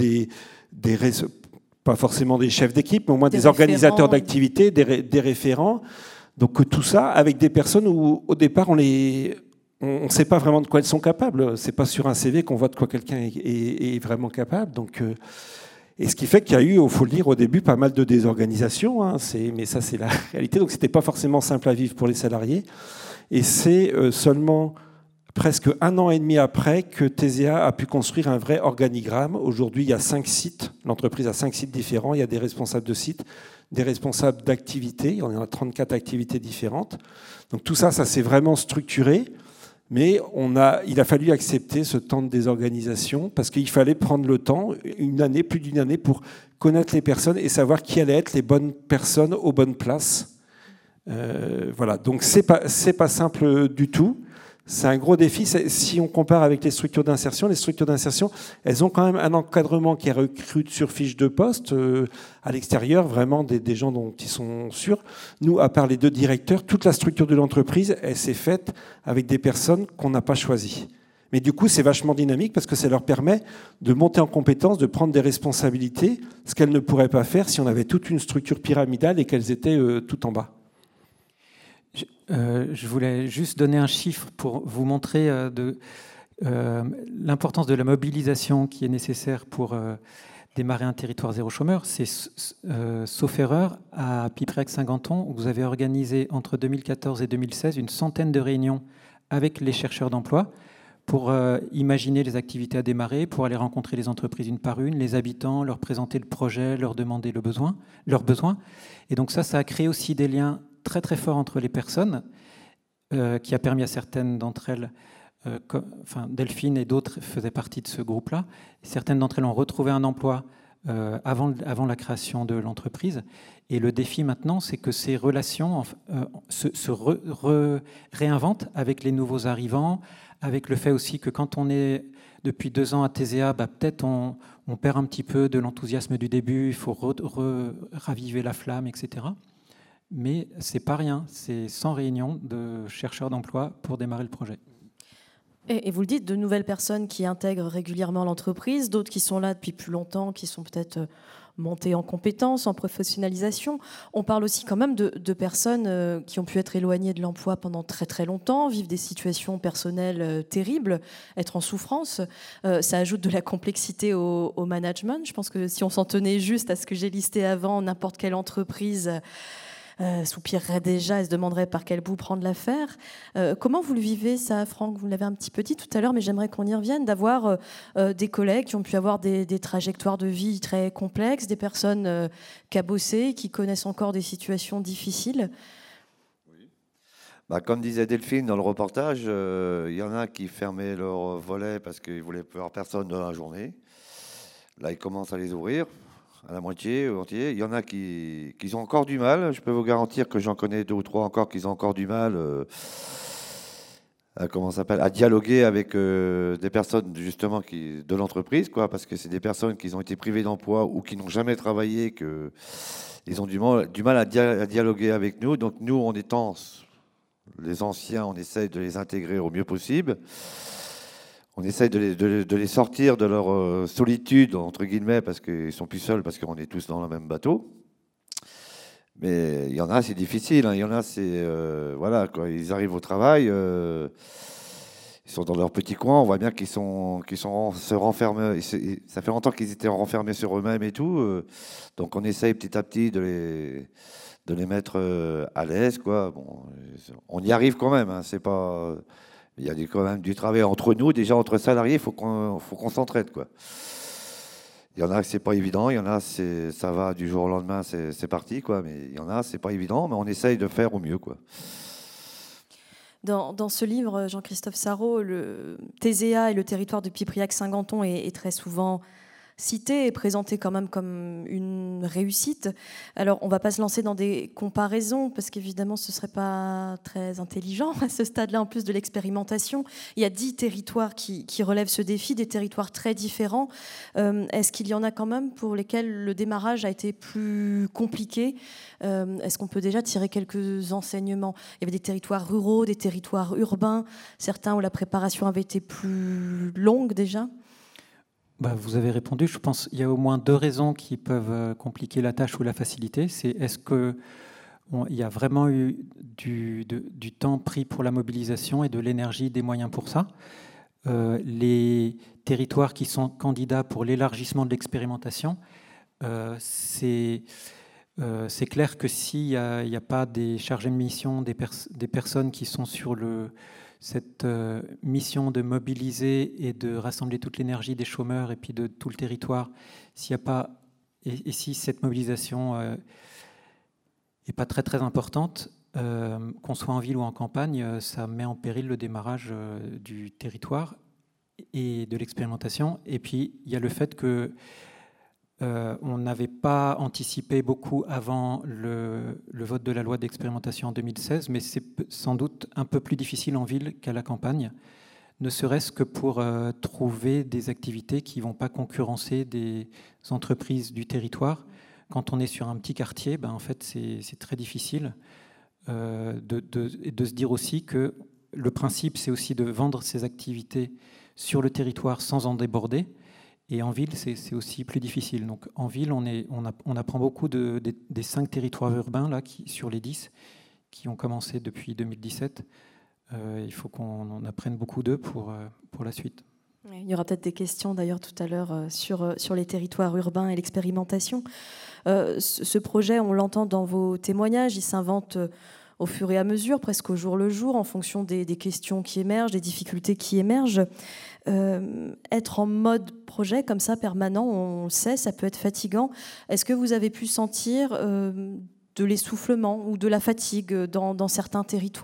pas forcément des chefs d'équipe, mais au moins des organisateurs d'activités, des référents. Donc tout ça avec des personnes où au départ on ne sait pas vraiment de quoi elles sont capables. C'est pas sur un CV qu'on voit de quoi quelqu'un est vraiment capable. Donc, et ce qui fait qu'il y a eu, il faut le dire, au début pas mal de désorganisation. Hein, mais ça c'est la réalité. Donc c'était pas forcément simple à vivre pour les salariés. Et c'est seulement presque 1 an et demi après que TESEA a pu construire un vrai organigramme. Aujourd'hui, il y a 5 sites. L'entreprise a 5 sites différents. Il y a des responsables de sites, des responsables d'activités. Il y en a 34 activités différentes. Donc tout ça, ça s'est vraiment structuré. Mais il a fallu accepter ce temps de désorganisation parce qu'il fallait prendre le temps, plus d'une année, pour connaître les personnes et savoir qui allaient être les bonnes personnes aux bonnes places. Voilà. Donc c'est pas simple du tout. C'est un gros défi. Si on compare avec les structures d'insertion, elles ont quand même un encadrement qui recrute sur fiche de poste à l'extérieur, vraiment des gens dont ils sont sûrs. Nous, à part les 2 directeurs, toute la structure de l'entreprise, elle s'est faite avec des personnes qu'on n'a pas choisies. Mais du coup, c'est vachement dynamique parce que ça leur permet de monter en compétence, de prendre des responsabilités, ce qu'elles ne pourraient pas faire si on avait toute une structure pyramidale et qu'elles étaient tout en bas. Je voulais juste donner un chiffre pour vous montrer l'importance de la mobilisation qui est nécessaire pour démarrer un territoire zéro chômeur. C'est, sauf erreur, à Pipriac-Saint-Ganton, vous avez organisé entre 2014 et 2016 une centaine de réunions avec les chercheurs d'emploi pour imaginer les activités à démarrer, pour aller rencontrer les entreprises une par une, les habitants, leur présenter le projet, leur demander leurs besoins. Et donc ça a créé aussi des liens très très forts entre les personnes, qui a permis à certaines d'entre elles, Delphine et d'autres faisaient partie de ce groupe-là, certaines d'entre elles ont retrouvé un emploi avant la création de l'entreprise. Et le défi maintenant, c'est que ces relations se réinventent avec les nouveaux arrivants, avec le fait aussi que quand on est depuis 2 ans à TSEA, peut-être on perd un petit peu de l'enthousiasme du début, il faut raviver la flamme, etc. Mais c'est pas rien, c'est 100 réunions de chercheurs d'emploi pour démarrer le projet. Et vous le dites, de nouvelles personnes qui intègrent régulièrement l'entreprise, d'autres qui sont là depuis plus longtemps, qui sont peut-être montées en compétences, en professionnalisation. On parle aussi quand même de personnes qui ont pu être éloignées de l'emploi pendant très très longtemps, vivre des situations personnelles terribles, être en souffrance. Ça ajoute de la complexité au management. Je pense que si on s'en tenait juste à ce que j'ai listé avant, n'importe quelle entreprise soupirerait déjà et se demanderait par quel bout prendre l'affaire. Comment vous le vivez, ça, Franck? Vous l'avez un petit peu dit tout à l'heure, mais j'aimerais qu'on y revienne, d'avoir des collègues qui ont pu avoir des trajectoires de vie très complexes, des personnes cabossées, qui connaissent encore des situations difficiles. Comme disait Delphine dans le reportage, il y en a qui fermaient leur volet parce qu'ils ne voulaient voir personne dans la journée. Là, ils commencent à les ouvrir à la moitié, au entier. Il y en a qui ont encore du mal. Je peux vous garantir que j'en connais 2 ou 3 encore qui ont encore du mal à dialoguer avec des personnes justement de l'entreprise, parce que c'est des personnes qui ont été privées d'emploi ou qui n'ont jamais travaillé, ils ont du mal à dialoguer avec nous. Donc nous, en étant les anciens, on essaye de les intégrer au mieux possible. On essaye de les sortir de leur solitude, entre guillemets, parce qu'ils sont plus seuls, parce qu'on est tous dans le même bateau. Mais il y en a, c'est difficile. Il y en a, c'est... voilà, quoi. Ils arrivent au travail, ils sont dans leur petit coin, on voit bien qu'ils se renferment. Ça fait longtemps qu'ils étaient renfermés sur eux-mêmes et tout. Donc on essaye petit à petit de les mettre à l'aise, quoi. Bon, on y arrive quand même, c'est pas... Il y a quand même du travail entre nous, déjà entre salariés, il faut qu'on s'entraide, quoi. Il y en a que c'est pas évident, il y en a ça va du jour au lendemain, c'est parti, quoi. Mais il y en a c'est pas évident, mais on essaye de faire au mieux, quoi. Dans ce livre, Jean-Christophe Sarraut, le TSEA et le territoire de Pipriac-Saint-Ganton est très souvent cité et présenté quand même comme une réussite. Alors, on ne va pas se lancer dans des comparaisons parce qu'évidemment, ce ne serait pas très intelligent à ce stade-là, en plus de l'expérimentation. Il y a 10 territoires qui relèvent ce défi, des territoires très différents. Est-ce qu'il y en a quand même pour lesquels le démarrage a été plus compliqué? Est-ce qu'on peut déjà tirer quelques enseignements? Il y avait des territoires ruraux, des territoires urbains, certains où la préparation avait été plus longue déjà. Vous avez répondu. Je pense qu'il y a au moins 2 raisons qui peuvent compliquer la tâche ou la faciliter. C'est est-ce qu'il y a vraiment eu du temps pris pour la mobilisation et de l'énergie, des moyens pour ça. Les territoires qui sont candidats pour l'élargissement de l'expérimentation, c'est clair que s'il n'y a pas des chargés de mission, des personnes qui sont sur cette mission de mobiliser et de rassembler toute l'énergie des chômeurs et puis de tout le territoire, s'il n'y a pas, et si cette mobilisation n'est pas très très importante, qu'on soit en ville ou en campagne, ça met en péril le démarrage du territoire et de l'expérimentation. Et puis il y a le fait que On n'avait pas anticipé beaucoup avant le vote de la loi d'expérimentation en 2016, mais c'est sans doute un peu plus difficile en ville qu'à la campagne, ne serait-ce que pour trouver des activités qui ne vont pas concurrencer des entreprises du territoire. Quand on est sur un petit quartier, en fait, c'est très difficile de se dire aussi que le principe, c'est aussi de vendre ces activités sur le territoire sans en déborder. Et en ville, c'est aussi plus difficile. Donc, en ville, on apprend beaucoup des 5 territoires urbains là, sur les 10 qui ont commencé depuis 2017. Il faut qu'on apprenne beaucoup d'eux pour la suite. Il y aura peut-être des questions d'ailleurs tout à l'heure sur les territoires urbains et l'expérimentation. Ce projet, on l'entend dans vos témoignages, il s'invente au fur et à mesure, presque au jour le jour, en fonction des questions qui émergent, des difficultés qui émergent. Être en mode projet comme ça, permanent, on le sait, ça peut être fatigant. Est-ce que vous avez pu sentir de l'essoufflement ou de la fatigue dans certains territoires ?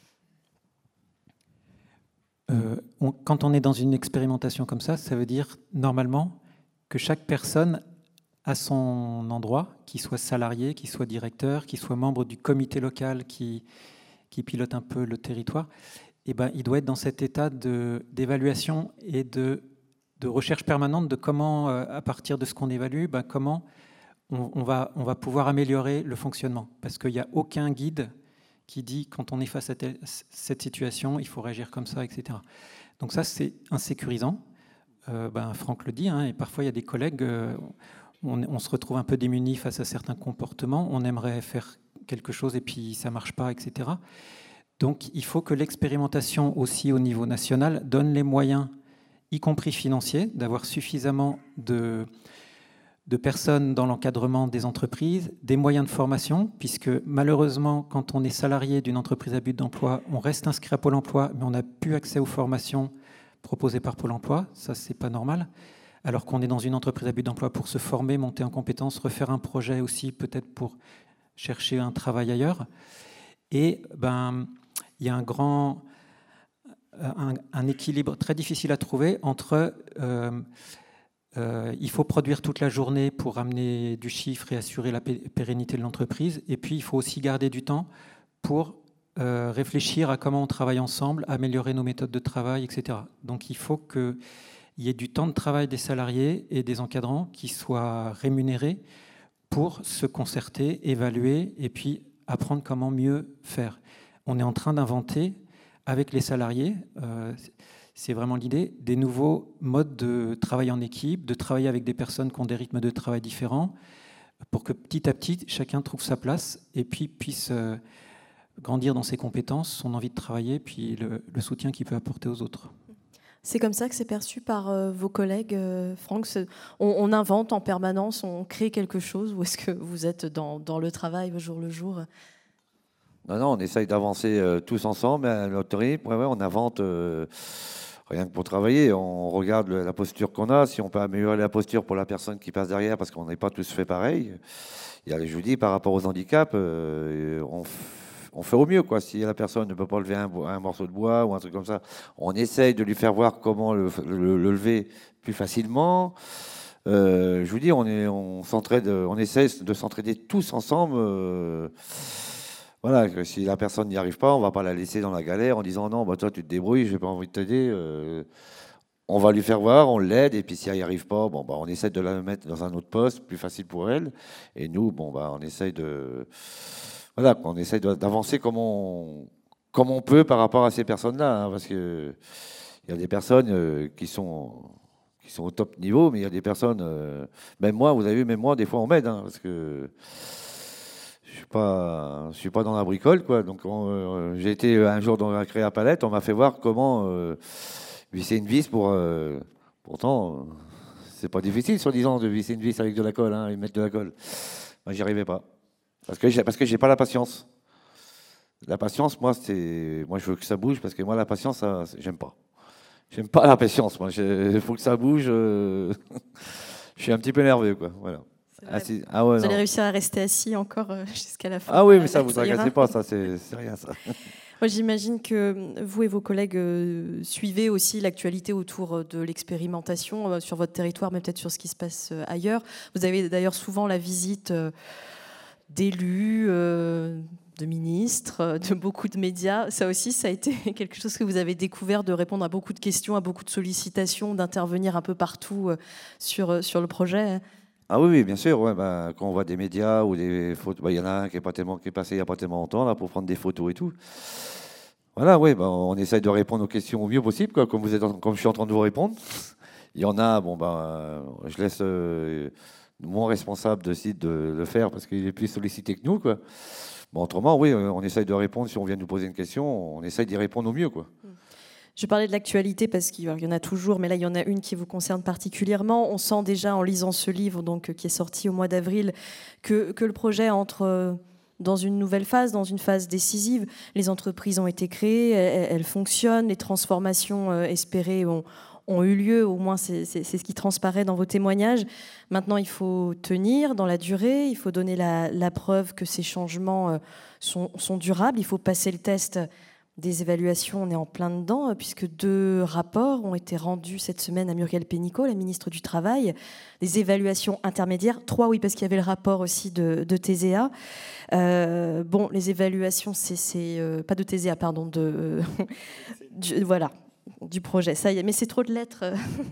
Quand on est dans une expérimentation comme ça veut dire normalement que chaque personne a son endroit, qu'il soit salarié, qu'il soit directeur, qu'il soit membre du comité local qui pilote un peu le territoire, et il doit être dans cet état d'évaluation et de recherche permanente de comment, à partir de ce qu'on évalue, comment on va pouvoir améliorer le fonctionnement. Parce qu'il n'y a aucun guide qui dit quand on est face à cette situation, il faut réagir comme ça, etc. Donc ça, c'est insécurisant. Franck le dit, et parfois il y a des collègues, on se retrouve un peu démunis face à certains comportements, on aimerait faire quelque chose et puis ça ne marche pas, etc. Donc il faut que l'expérimentation aussi au niveau national donne les moyens, y compris financiers, d'avoir suffisamment de personnes dans l'encadrement des entreprises, des moyens de formation, puisque malheureusement, quand on est salarié d'une entreprise à but d'emploi, on reste inscrit à Pôle emploi, mais on n'a plus accès aux formations proposées par Pôle emploi. Ça, c'est pas normal. Alors qu'on est dans une entreprise à but d'emploi pour se former, monter en compétences, refaire un projet aussi, peut-être pour chercher un travail ailleurs. Et il y a un équilibre très difficile à trouver entre il faut produire toute la journée pour amener du chiffre et assurer la pérennité de l'entreprise, et puis il faut aussi garder du temps pour réfléchir à comment on travaille ensemble, améliorer nos méthodes de travail, etc. Donc il faut qu'il y ait du temps de travail des salariés et des encadrants qui soient rémunérés pour se concerter, évaluer et puis apprendre comment mieux faire. On est en train d'inventer avec les salariés, c'est vraiment l'idée, des nouveaux modes de travail en équipe, de travailler avec des personnes qui ont des rythmes de travail différents, pour que petit à petit, chacun trouve sa place et puis puisse grandir dans ses compétences, son envie de travailler, puis le soutien qu'il peut apporter aux autres. C'est comme ça que c'est perçu par vos collègues, Franck. On invente en permanence, on crée quelque chose, ou est-ce que vous êtes dans le travail au jour le jour ? Non, on essaye d'avancer tous ensemble à notre rythme. Ouais, on invente rien que pour travailler. On regarde la posture qu'on a, si on peut améliorer la posture pour la personne qui passe derrière, parce qu'on n'est pas tous fait pareil. Je vous dis, par rapport aux handicaps, on fait au mieux, quoi. Si la personne ne peut pas lever un morceau de bois ou un truc comme ça, on essaye de lui faire voir comment le lever plus facilement. Je vous dis, on s'entraide, on essaie de s'entraider tous ensemble. Voilà, que si la personne n'y arrive pas, on ne va pas la laisser dans la galère en disant non, toi tu te débrouilles, je n'ai pas envie de t'aider. On va lui faire voir, on l'aide, et puis si elle n'y arrive pas, on essaie de la mettre dans un autre poste, plus facile pour elle. Et nous, on essaye d'avancer comme on peut par rapport à ces personnes-là, parce que il y a des personnes qui sont au top niveau, mais il y a des personnes, même moi, vous avez vu, même moi, des fois on m'aide, parce que je suis pas dans la bricole, quoi. Donc j'ai été un jour dans un créa palette, on m'a fait voir comment visser une vis pour. Pourtant, c'est pas difficile, soi-disant, de visser une vis avec de la colle, et mettre de la colle. Moi, j'y arrivais pas, parce que j'ai pas la patience. La patience, moi, je veux que ça bouge, parce que moi, la patience, ça, j'aime pas. J'aime pas la patience. Moi, il faut que ça bouge. Je suis un petit peu nerveux, quoi. Voilà. Vous allez réussir à rester assis encore jusqu'à la fin. Ah oui, mais ça, vous ne tracassez pas, ça, c'est rien, ça. Moi, j'imagine que vous et vos collègues suivez aussi l'actualité autour de l'expérimentation sur votre territoire, mais peut-être sur ce qui se passe ailleurs. Vous avez d'ailleurs souvent la visite d'élus, de ministres, de beaucoup de médias. Ça aussi, ça a été quelque chose que vous avez découvert, de répondre à beaucoup de questions, à beaucoup de sollicitations, d'intervenir un peu partout sur le projet. Ah oui, bien sûr. Ouais, quand on voit des médias ou des photos, il y en a un qui est passé il n'y a pas tellement longtemps là, pour prendre des photos et tout. Voilà, oui, on essaye de répondre aux questions au mieux possible, quoi, comme je suis en train de vous répondre. Il y en a, je laisse mon responsable de site de le faire parce qu'il est plus sollicité que nous, quoi. Autrement, oui, on essaye de répondre. Si on vient nous poser une question, on essaye d'y répondre au mieux, quoi. Je parlais de l'actualité parce qu'il y en a toujours, mais là, il y en a une qui vous concerne particulièrement. On sent déjà en lisant ce livre qui est sorti au mois d'avril que le projet entre dans une nouvelle phase, dans une phase décisive. Les entreprises ont été créées, elles fonctionnent, les transformations espérées ont eu lieu, au moins c'est ce qui transparaît dans vos témoignages. Maintenant, il faut tenir dans la durée, il faut donner la preuve que ces changements sont durables, il faut passer le test des évaluations, on est en plein dedans, puisque 2 rapports ont été rendus cette semaine à Muriel Pénicaud, la ministre du Travail, des évaluations intermédiaires, 3 oui, parce qu'il y avait le rapport aussi de TSEA. Les évaluations, c'est pas de TSEA, pardon, voilà, du projet, ça y est, mais c'est trop de lettres.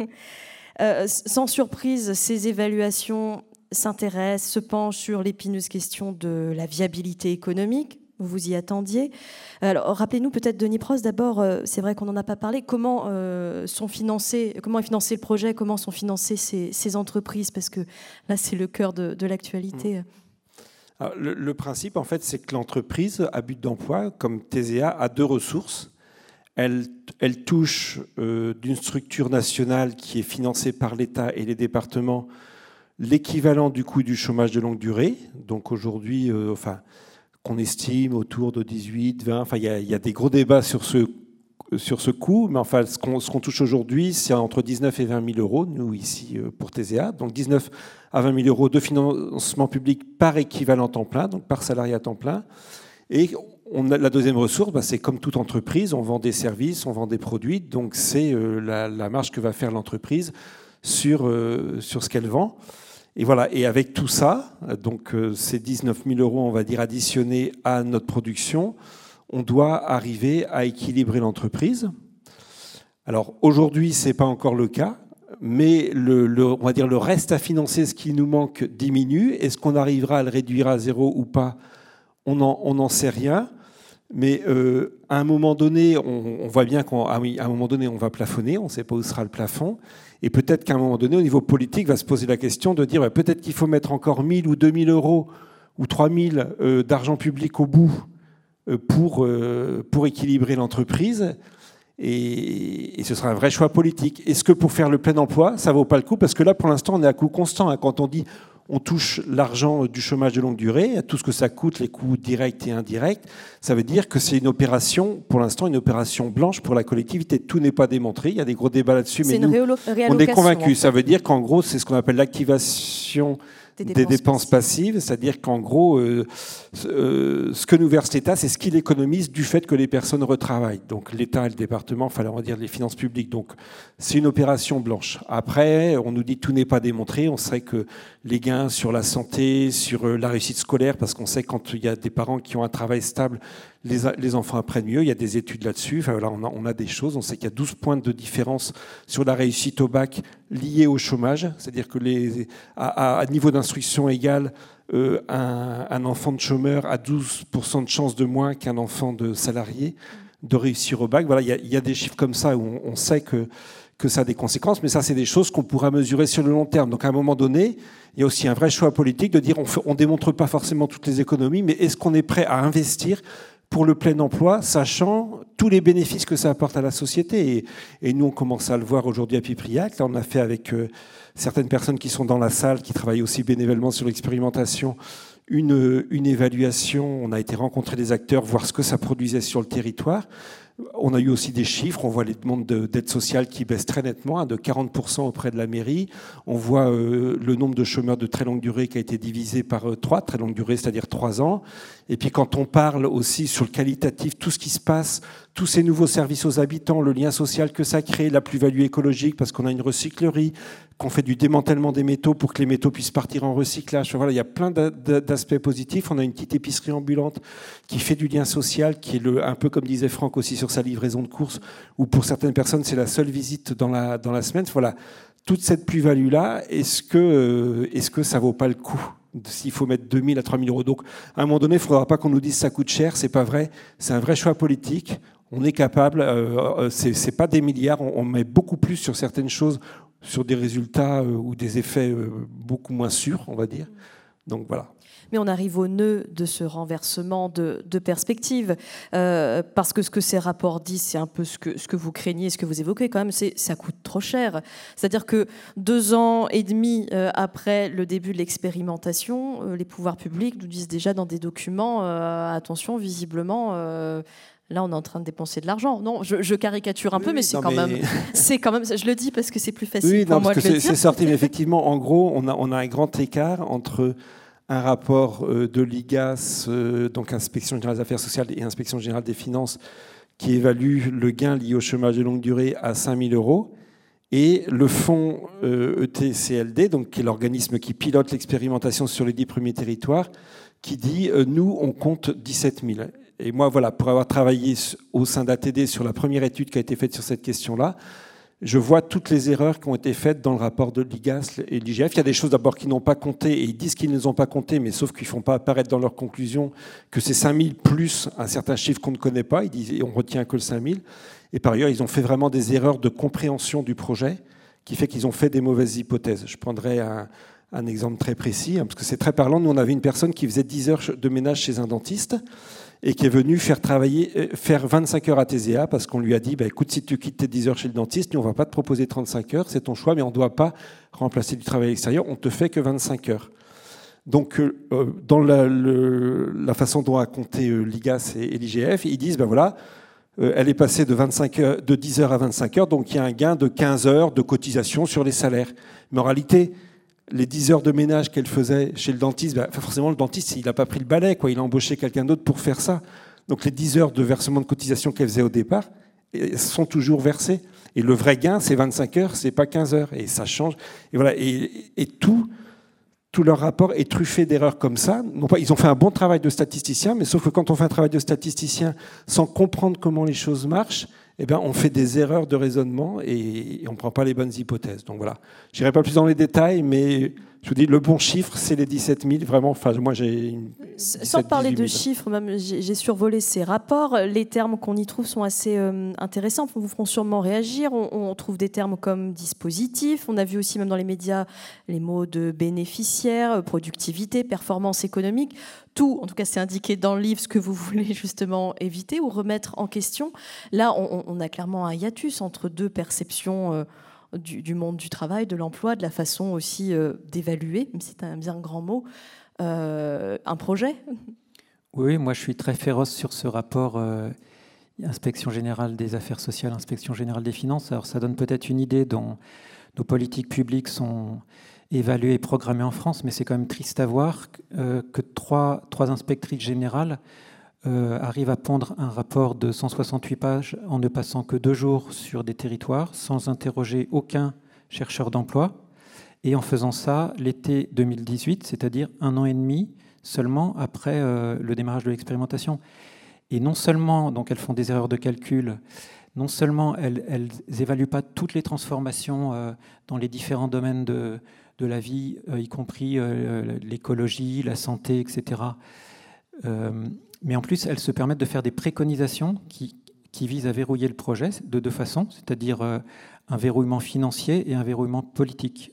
Sans surprise, ces évaluations s'intéressent, se penchent sur l'épineuse question de la viabilité économique. Vous y attendiez. Alors, rappelez-nous peut-être, Denis Prost, d'abord, c'est vrai qu'on n'en a pas parlé, comment est financé le projet, comment sont financées ces entreprises, parce que là, c'est le cœur de l'actualité. Alors, le principe, en fait, c'est que l'entreprise à but d'emploi, comme TSEA, a 2 ressources. Elle touche d'une structure nationale qui est financée par l'État et les départements l'équivalent du coût du chômage de longue durée. Donc aujourd'hui, qu'on estime autour de 18, 20. Il y a des gros débats sur ce coût, mais ce qu'on touche aujourd'hui, c'est entre 19 et 20 000 euros, nous ici pour TSEA. Donc 19 à 20 000 euros de financement public par équivalent temps plein, donc par salarié à temps plein. Et la deuxième ressource, c'est comme toute entreprise, on vend des services, on vend des produits, donc c'est la marge que va faire l'entreprise sur ce qu'elle vend. Et voilà. Et avec tout ça, donc ces 19 000 euros, on va dire, additionnés à notre production, on doit arriver à équilibrer l'entreprise. Alors aujourd'hui, ce n'est pas encore le cas, mais on va dire le reste à financer, ce qui nous manque, diminue. Est-ce qu'on arrivera à le réduire à 0 ou pas ? On n'en sait rien. Mais à un moment donné, on voit bien à un moment donné, on va plafonner, on ne sait pas où sera le plafond. Et peut-être qu'à un moment donné, au niveau politique, va se poser la question de dire peut-être qu'il faut mettre encore 1 000 ou 2 000 euros ou 3 000 d'argent public au bout pour équilibrer l'entreprise. Et ce sera un vrai choix politique. Est-ce que pour faire le plein emploi, ça ne vaut pas le coup ? Parce que là, pour l'instant, on est à coût constant. Quand on dit on touche l'argent du chômage de longue durée, à tout ce que ça coûte, les coûts directs et indirects, ça veut dire que c'est une opération, pour l'instant, une opération blanche pour la collectivité. Tout n'est pas démontré, il y a des gros débats là-dessus, mais nous, on est convaincus. En fait. Ça veut dire qu'en gros, c'est ce qu'on appelle l'activation des dépenses passives, c'est-à-dire qu'en gros, ce que nous verse l'État, c'est ce qu'il économise du fait que les personnes retravaillent. Donc l'État et le département, on va dire les finances publiques. Donc c'est une opération blanche. Après, on nous dit que tout n'est pas démontré. On sait que les gains sur la santé, sur la réussite scolaire, parce qu'on sait que quand il y a des parents qui ont un travail stable, les enfants apprennent mieux. Il y a des études là-dessus. Voilà, on a des choses. On sait qu'il y a 12 points de différence sur la réussite au bac liée au chômage. C'est-à-dire que à niveau d'instruction égal, un enfant de chômeur a 12% de chance de moins qu'un enfant de salarié de réussir au bac. Voilà, il y a des chiffres comme ça où on sait que ça a des conséquences, mais ça, c'est des choses qu'on pourra mesurer sur le long terme. Donc, à un moment donné, il y a aussi un vrai choix politique de dire on ne démontre pas forcément toutes les économies, mais est-ce qu'on est prêt à investir pour le plein emploi, sachant tous les bénéfices que ça apporte à la société. Et nous, on commence à le voir aujourd'hui à Pipriac. Là, on a fait avec certaines personnes qui sont dans la salle, qui travaillent aussi bénévolement sur l'expérimentation, une évaluation. On a été rencontrer des acteurs, voir ce que ça produisait sur le territoire. On a eu aussi des chiffres, on voit les demandes d'aide sociale qui baissent très nettement, de 40% auprès de la mairie. On voit le nombre de chômeurs de très longue durée qui a été divisé par 3, très longue durée, c'est-à-dire 3 ans. Et puis quand on parle aussi sur le qualitatif, tout ce qui se passe, tous ces nouveaux services aux habitants, le lien social que ça crée, la plus-value écologique parce qu'on a une recyclerie, qu'on fait du démantèlement des métaux pour que les métaux puissent partir en recyclage. Voilà, il y a plein d'aspects positifs. On a une petite épicerie ambulante qui fait du lien social, qui est un peu comme disait Franck aussi sur sa livraison de courses, où pour certaines personnes c'est la seule visite dans la semaine. Voilà, toute cette plus-value-là, est-ce que ça vaut pas le coup s'il faut mettre 2 000 à 3 000 euros? Donc, à un moment donné, il ne faudra pas qu'on nous dise que ça coûte cher. C'est pas vrai. C'est un vrai choix politique. On est capable. C'est pas des milliards. On met beaucoup plus sur certaines choses, sur des résultats ou des effets beaucoup moins sûrs, on va dire. Donc voilà. Mais on arrive au nœud de ce renversement de perspective, parce que ce que ces rapports disent, c'est un peu ce que vous craignez, ce que vous évoquez quand même, c'est ça coûte trop cher. C'est-à-dire que 2 ans et demi après le début de l'expérimentation, les pouvoirs publics nous disent déjà dans des documents, attention, visiblement... Là, on est en train de dépenser de l'argent. Non, je caricature un peu, mais c'est quand même. Je le dis parce que c'est plus facile pour moi de le dire. C'est sorti, mais effectivement, en gros, on a un grand écart entre un rapport de l'IGAS, donc Inspection générale des affaires sociales et Inspection générale des finances, qui évalue le gain lié au chômage de longue durée à 5 000 euros, et le fonds ETCLD, donc qui est l'organisme qui pilote l'expérimentation sur les 10 premiers territoires, qui dit nous, on compte 17 000. Et moi, voilà, pour avoir travaillé au sein d'ATD sur la première étude qui a été faite sur cette question-là, je vois toutes les erreurs qui ont été faites dans le rapport de l'IGAS et de l'IGF. Il y a des choses d'abord qu'ils n'ont pas comptées, et ils disent qu'ils ne les ont pas comptées, mais sauf qu'ils ne font pas apparaître dans leurs conclusions que c'est 5 000 plus un certain chiffre qu'on ne connaît pas. Ils disent, et on retient que le 5 000. Et par ailleurs, ils ont fait vraiment des erreurs de compréhension du projet, qui fait qu'ils ont fait des mauvaises hypothèses. Je prendrai un exemple très précis, parce que c'est très parlant. Nous, on avait une personne qui faisait 10 heures de ménage chez un dentiste, et qui est venu faire 25 heures à TSA parce qu'on lui a dit écoute, si tu quittes tes 10 heures chez le dentiste, nous on ne va pas te proposer 35 heures, c'est ton choix, mais on ne doit pas remplacer du travail extérieur, on ne te fait que 25 heures. Donc, dans la façon dont a compté l'IGAS et l'IGF, ils disent voilà, elle est passée de 10 heures à 25 heures, donc il y a un gain de 15 heures de cotisation sur les salaires. Mais en réalité, les 10 heures de ménage qu'elle faisait chez le dentiste, forcément, le dentiste, il n'a pas pris le balai, il a embauché quelqu'un d'autre pour faire ça. Donc les 10 heures de versement de cotisation qu'elle faisait au départ sont toujours versées. Et le vrai gain, c'est 25 heures, c'est pas 15 heures. Et ça change. Et voilà. Et tout leur rapport est truffé d'erreurs comme ça. Non pas, ils ont fait un bon travail de statisticien, mais sauf que quand on fait un travail de statisticien sans comprendre comment les choses marchent, on fait des erreurs de raisonnement et on ne prend pas les bonnes hypothèses. Donc voilà, je n'irai pas plus dans les détails, mais je vous dis, le bon chiffre, c'est les 17 000. Vraiment, moi, j'ai... Sans parler de chiffres, même, j'ai survolé ces rapports. Les termes qu'on y trouve sont assez intéressants. Vous feront sûrement réagir. On trouve des termes comme dispositif. On a vu aussi, même dans les médias, les mots de bénéficiaire, productivité, performance économique. Tout, en tout cas, c'est indiqué dans le livre ce que vous voulez justement éviter ou remettre en question. Là, on a clairement un hiatus entre deux perceptions du monde du travail, de l'emploi, de la façon aussi d'évaluer, même si c'est bien un grand mot, un projet. Oui, moi je suis très féroce sur ce rapport Inspection générale des affaires sociales, Inspection générale des finances. Alors ça donne peut-être une idée dont nos politiques publiques sont évaluées et programmées en France, mais c'est quand même triste à voir que trois inspectrices générales arrive à pondre un rapport de 168 pages en ne passant que 2 jours sur des territoires, sans interroger aucun chercheur d'emploi, et en faisant ça l'été 2018, c'est-à-dire 1 an et demi seulement après le démarrage de l'expérimentation. Et non seulement, donc elles font des erreurs de calcul, non seulement elles n'évaluent pas toutes les transformations dans les différents domaines de la vie, y compris l'écologie, la santé, etc., mais en plus, elles se permettent de faire des préconisations qui visent à verrouiller le projet de 2 façons, c'est-à-dire un verrouillement financier et un verrouillement politique,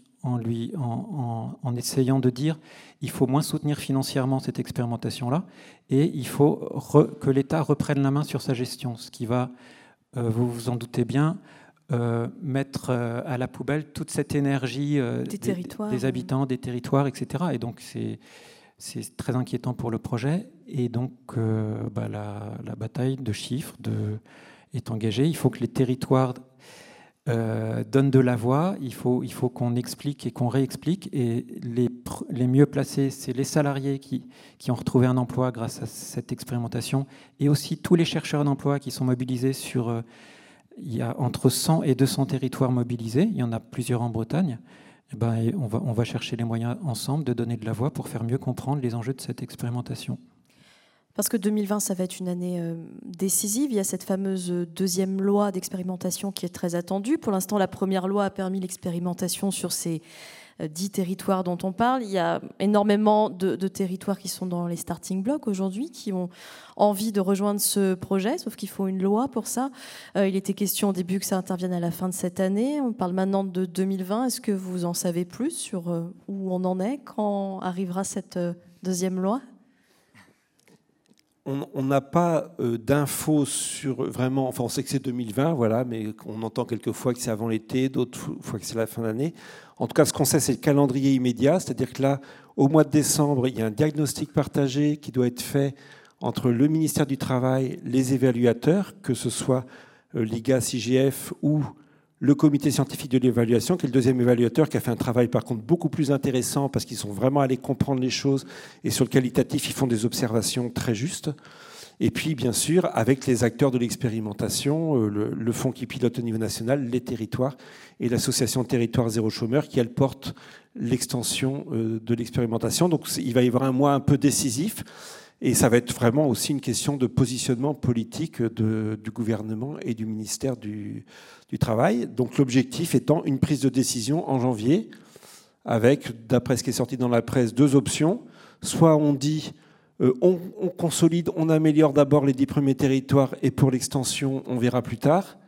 en essayant de dire il faut moins soutenir financièrement cette expérimentation-là et il faut que l'État reprenne la main sur sa gestion, ce qui va, vous vous en doutez bien, mettre à la poubelle toute cette énergie des habitants, des territoires, etc. Et donc c'est très inquiétant pour le projet. Et donc, la bataille de chiffres, est engagé. Il faut que les territoires donnent de la voix. Il faut qu'on explique et qu'on réexplique. Et les mieux placés, c'est les salariés qui ont retrouvé un emploi grâce à cette expérimentation, et aussi tous les chercheurs d'emploi qui sont mobilisés sur... il y a entre 100 et 200 territoires mobilisés. Il y en a plusieurs en Bretagne. Et on va chercher les moyens ensemble de donner de la voix pour faire mieux comprendre les enjeux de cette expérimentation. Parce que 2020, ça va être une année décisive. Il y a cette fameuse deuxième loi d'expérimentation qui est très attendue. Pour l'instant, la première loi a permis l'expérimentation sur ces 10 territoires dont on parle. Il y a énormément de territoires qui sont dans les starting blocks aujourd'hui, qui ont envie de rejoindre ce projet, sauf qu'il faut une loi pour ça. Il était question au début que ça intervienne à la fin de cette année. On parle maintenant de 2020. Est-ce que vous en savez plus sur où on en est, quand arrivera cette deuxième loi ? On n'a pas d'infos sur vraiment... Enfin, on sait que c'est 2020, voilà, mais on entend quelquefois que c'est avant l'été, d'autres fois que c'est la fin d'année. En tout cas, ce qu'on sait, c'est le calendrier immédiat. C'est-à-dire que là, au mois de décembre, il y a un diagnostic partagé qui doit être fait entre le ministère du Travail, les évaluateurs, que ce soit l'IGAS, IGF ou le comité scientifique de l'évaluation, qui est le deuxième évaluateur, qui a fait un travail par contre beaucoup plus intéressant parce qu'ils sont vraiment allés comprendre les choses, et sur le qualitatif, ils font des observations très justes. Et puis, bien sûr, avec les acteurs de l'expérimentation, le fonds qui pilote au niveau national, les territoires, et l'association Territoire Zéro Chômeur, qui, elle, porte l'extension de l'expérimentation. Donc, il va y avoir un mois un peu décisif. Et ça va être vraiment aussi une question de positionnement politique du gouvernement et du ministère du Travail. Donc l'objectif étant une prise de décision en janvier, avec, d'après ce qui est sorti dans la presse, 2 options. Soit on dit on consolide, on améliore d'abord les 10 premiers territoires, et pour l'extension, on verra plus tard.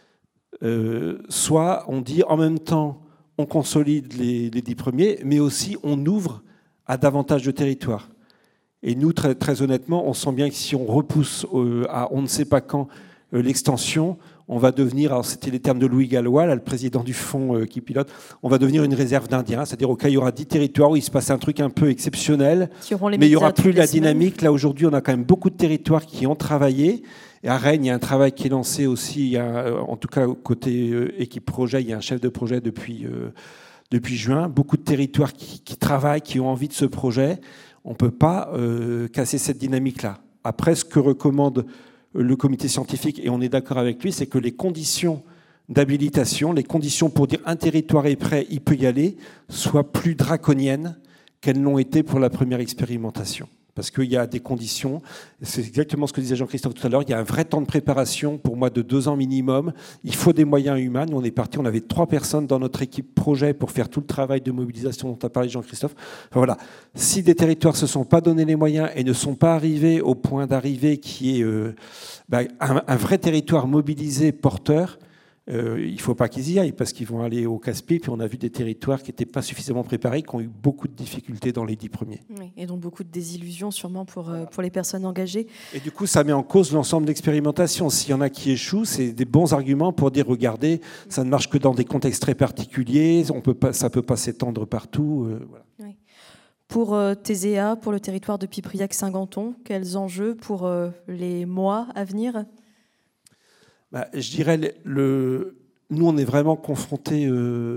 Soit on dit en même temps, on consolide les 10 premiers, mais aussi on ouvre à davantage de territoires. Et nous, très, très honnêtement, on sent bien que si on repousse à on ne sait pas quand l'extension, on va devenir, alors c'était les termes de Louis Gallois, là, le président du fonds qui pilote, on va devenir une réserve d'Indiens, c'est-à-dire au cas où il y aura 10 territoires où il se passe un truc un peu exceptionnel, mais il n'y aura plus la dynamique. Là, aujourd'hui, on a quand même beaucoup de territoires qui ont travaillé. Et à Rennes, il y a un travail qui est lancé aussi, il y a, en tout cas côté équipe projet, il y a un chef de projet depuis juin, beaucoup de territoires qui travaillent, qui ont envie de ce projet. On ne peut pas casser cette dynamique-là. Après, ce que recommande le comité scientifique, et on est d'accord avec lui, c'est que les conditions d'habilitation, les conditions pour dire un territoire est prêt, il peut y aller, soient plus draconiennes qu'elles l'ont été pour la première expérimentation. Parce qu'il y a des conditions, c'est exactement ce que disait Jean-Christophe tout à l'heure, il y a un vrai temps de préparation, pour moi, de 2 ans minimum. Il faut des moyens humains. Nous, on est parti, on avait 3 personnes dans notre équipe projet pour faire tout le travail de mobilisation dont a parlé Jean-Christophe. Enfin, voilà. Si des territoires ne se sont pas donné les moyens et ne sont pas arrivés au point d'arrivée qui est un vrai territoire mobilisé, porteur, il ne faut pas qu'ils y aillent parce qu'ils vont aller au casse-pied. Puis on a vu des territoires qui n'étaient pas suffisamment préparés, qui ont eu beaucoup de difficultés dans les 10 premiers. Oui, et donc beaucoup de désillusions sûrement pour les personnes engagées. Et du coup, ça met en cause l'ensemble d'expérimentations. S'il y en a qui échouent, c'est des bons arguments pour dire, regardez, ça ne marche que dans des contextes très particuliers, ça ne peut pas s'étendre partout. Voilà. Oui. Pour TZA, pour le territoire de Pipriac-Saint-Ganton, quels enjeux pour les mois à venir ? Je dirais, nous, on est vraiment confrontés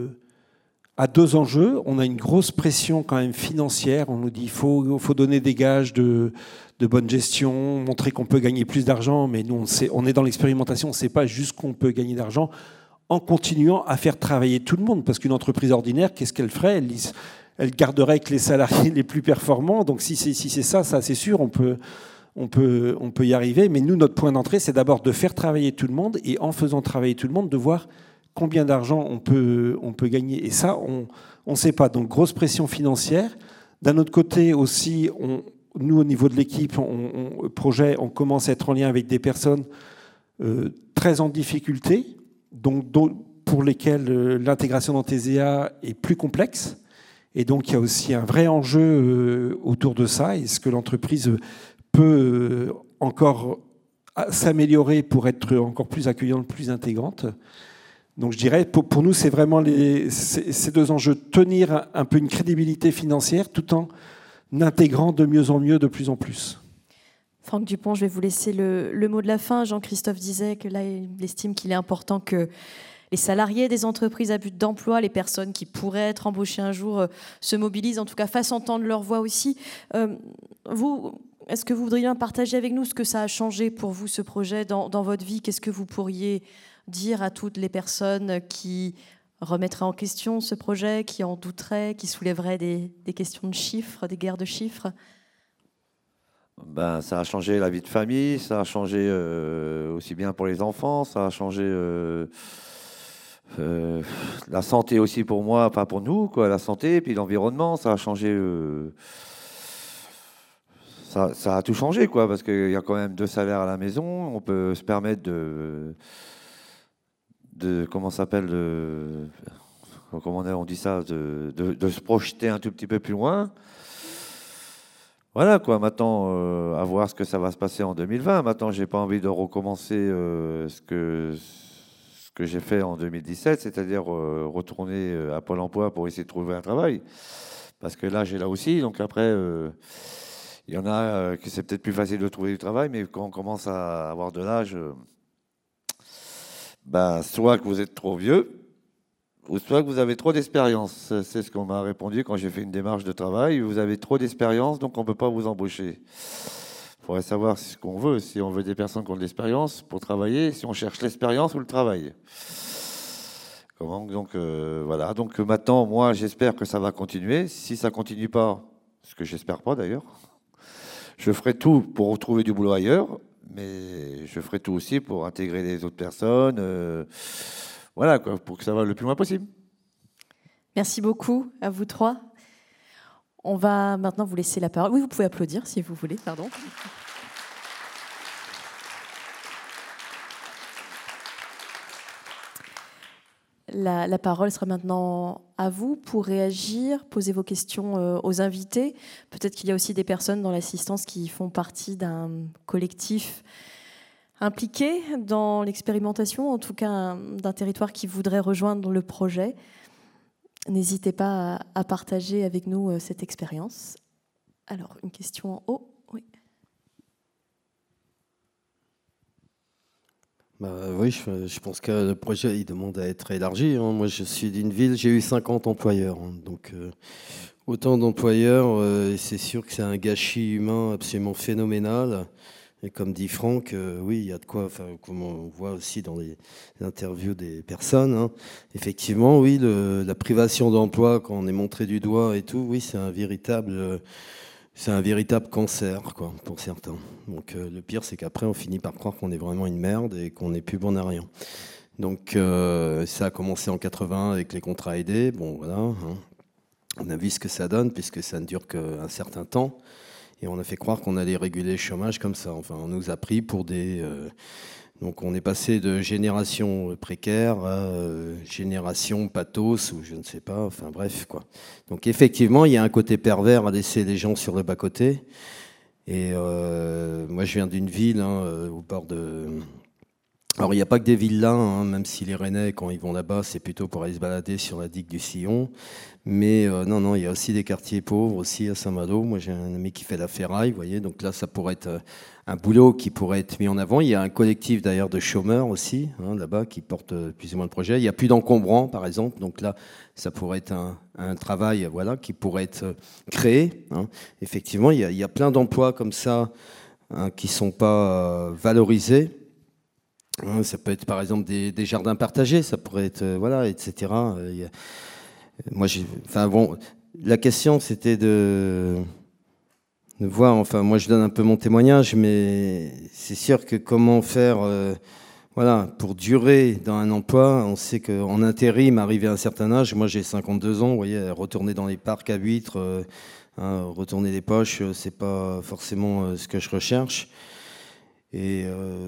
à 2 enjeux. On a une grosse pression quand même financière. On nous dit qu'il faut donner des gages de bonne gestion, montrer qu'on peut gagner plus d'argent. Mais nous, on est dans l'expérimentation, on ne sait pas jusqu'où on peut gagner d'argent en continuant à faire travailler tout le monde. Parce qu'une entreprise ordinaire, qu'est-ce qu'elle ferait ? Elle garderait que les salariés les plus performants. Donc si c'est ça, c'est sûr, on peut y arriver, mais nous, notre point d'entrée, c'est d'abord de faire travailler tout le monde, et en faisant travailler tout le monde, de voir combien d'argent on peut gagner. Et ça, on ne sait pas. Donc, grosse pression financière. D'un autre côté aussi, nous, au niveau de l'équipe, projet, on commence à être en lien avec des personnes très en difficulté, donc pour lesquelles l'intégration dans TZA est plus complexe. Et donc, il y a aussi un vrai enjeu autour de ça. Est-ce que l'entreprise peut encore s'améliorer pour être encore plus accueillante, plus intégrante. Donc je dirais, pour nous, c'est vraiment ces 2 enjeux. Tenir un peu une crédibilité financière tout en intégrant de mieux en mieux, de plus en plus. Franck Dupont, je vais vous laisser le mot de la fin. Jean-Christophe disait que là, il estime qu'il est important que les salariés des entreprises à but d'emploi, les personnes qui pourraient être embauchées un jour, se mobilisent, en tout cas fassent entendre leur voix aussi. Vous, est-ce que vous voudriez partager avec nous ce que ça a changé pour vous, ce projet, dans votre vie? Qu'est-ce que vous pourriez dire à toutes les personnes qui remettraient en question ce projet, qui en douteraient, qui soulèveraient des questions de chiffres, des guerres de chiffres? Ben, ça a changé la vie de famille, ça a changé aussi bien pour les enfants, ça a changé la santé aussi pour moi, enfin pour nous, quoi, la santé, puis l'environnement, ça a changé. Ça a tout changé, quoi, parce qu'il y a quand même 2 salaires à la maison, on peut se permettre de comment ça s'appelle, comment on dit ça, de se projeter un tout petit peu plus loin. Voilà, quoi. Maintenant, à voir ce que ça va se passer en 2020. Maintenant, j'ai pas envie de recommencer ce que j'ai fait en 2017, c'est-à-dire retourner à Pôle emploi pour essayer de trouver un travail. Parce que là, j'ai là aussi. Donc après, il y en a que c'est peut-être plus facile de trouver du travail, mais quand on commence à avoir de l'âge, ben, soit que vous êtes trop vieux, ou soit que vous avez trop d'expérience. C'est ce qu'on m'a répondu quand j'ai fait une démarche de travail. Vous avez trop d'expérience, donc on ne peut pas vous embaucher. Il faudrait savoir ce qu'on veut. Si on veut des personnes qui ont de l'expérience pour travailler, si on cherche l'expérience ou le travail. Donc voilà. Donc maintenant, moi, j'espère que ça va continuer. Si ça ne continue pas, ce que j'espère pas d'ailleurs, je ferai tout pour retrouver du boulot ailleurs, mais je ferai tout aussi pour intégrer les autres personnes. Voilà, quoi, pour que ça va le plus loin possible. Merci beaucoup à vous 3. On va maintenant vous laisser la parole. Oui, vous pouvez applaudir si vous voulez, pardon. La parole sera maintenant à vous pour réagir, poser vos questions aux invités. Peut-être qu'il y a aussi des personnes dans l'assistance qui font partie d'un collectif impliqué dans l'expérimentation, en tout cas d'un territoire qui voudrait rejoindre le projet. N'hésitez pas à partager avec nous cette expérience. Alors, une question en haut. Oui. Oui, je pense que le projet il demande à être élargi. Moi, je suis d'une ville, j'ai eu 50 employeurs. Donc, autant d'employeurs, et c'est sûr que c'est un gâchis humain absolument phénoménal. Et comme dit Franck, oui, il y a de quoi, comme on voit aussi dans les interviews des personnes, effectivement, oui, la privation d'emploi, quand on est montré du doigt et tout, oui, c'est un véritable cancer, quoi, pour certains. Donc le pire, c'est qu'après, on finit par croire qu'on est vraiment une merde et qu'on n'est plus bon à rien. Donc ça a commencé en 80 avec les contrats aidés. Bon, voilà, on a vu ce que ça donne, puisque ça ne dure qu'un certain temps. Et on a fait croire qu'on allait réguler le chômage comme ça. Enfin, on nous a pris pour des... Donc on est passé de génération précaire à génération pathos, ou je ne sais pas, enfin bref, quoi. Donc effectivement, il y a un côté pervers à laisser les gens sur le bas-côté. Et moi, je viens d'une ville au bord de... Alors, il n'y a pas que des villas, même si les Rennais, quand ils vont là-bas, c'est plutôt pour aller se balader sur la digue du Sillon. Mais non, il y a aussi des quartiers pauvres, aussi à Saint-Malo. Moi, j'ai un ami qui fait la ferraille, vous voyez. Donc là, ça pourrait être un boulot qui pourrait être mis en avant. Il y a un collectif, d'ailleurs, de chômeurs aussi, là-bas, qui porte plus ou moins le projet. Il n'y a plus d'encombrants, par exemple. Donc là, ça pourrait être un travail, voilà, qui pourrait être créé. Effectivement, il y a plein d'emplois comme ça qui ne sont pas valorisés. Ça peut être par exemple des jardins partagés, ça pourrait être voilà, etc. Moi, la question c'était de voir. Enfin, moi, je donne un peu mon témoignage, mais c'est sûr que comment faire, voilà, pour durer dans un emploi. On sait qu'en intérim, arrivé à un certain âge, moi j'ai 52 ans, vous voyez, retourner dans les parcs à huîtres, retourner les poches, c'est pas forcément ce que je recherche. Et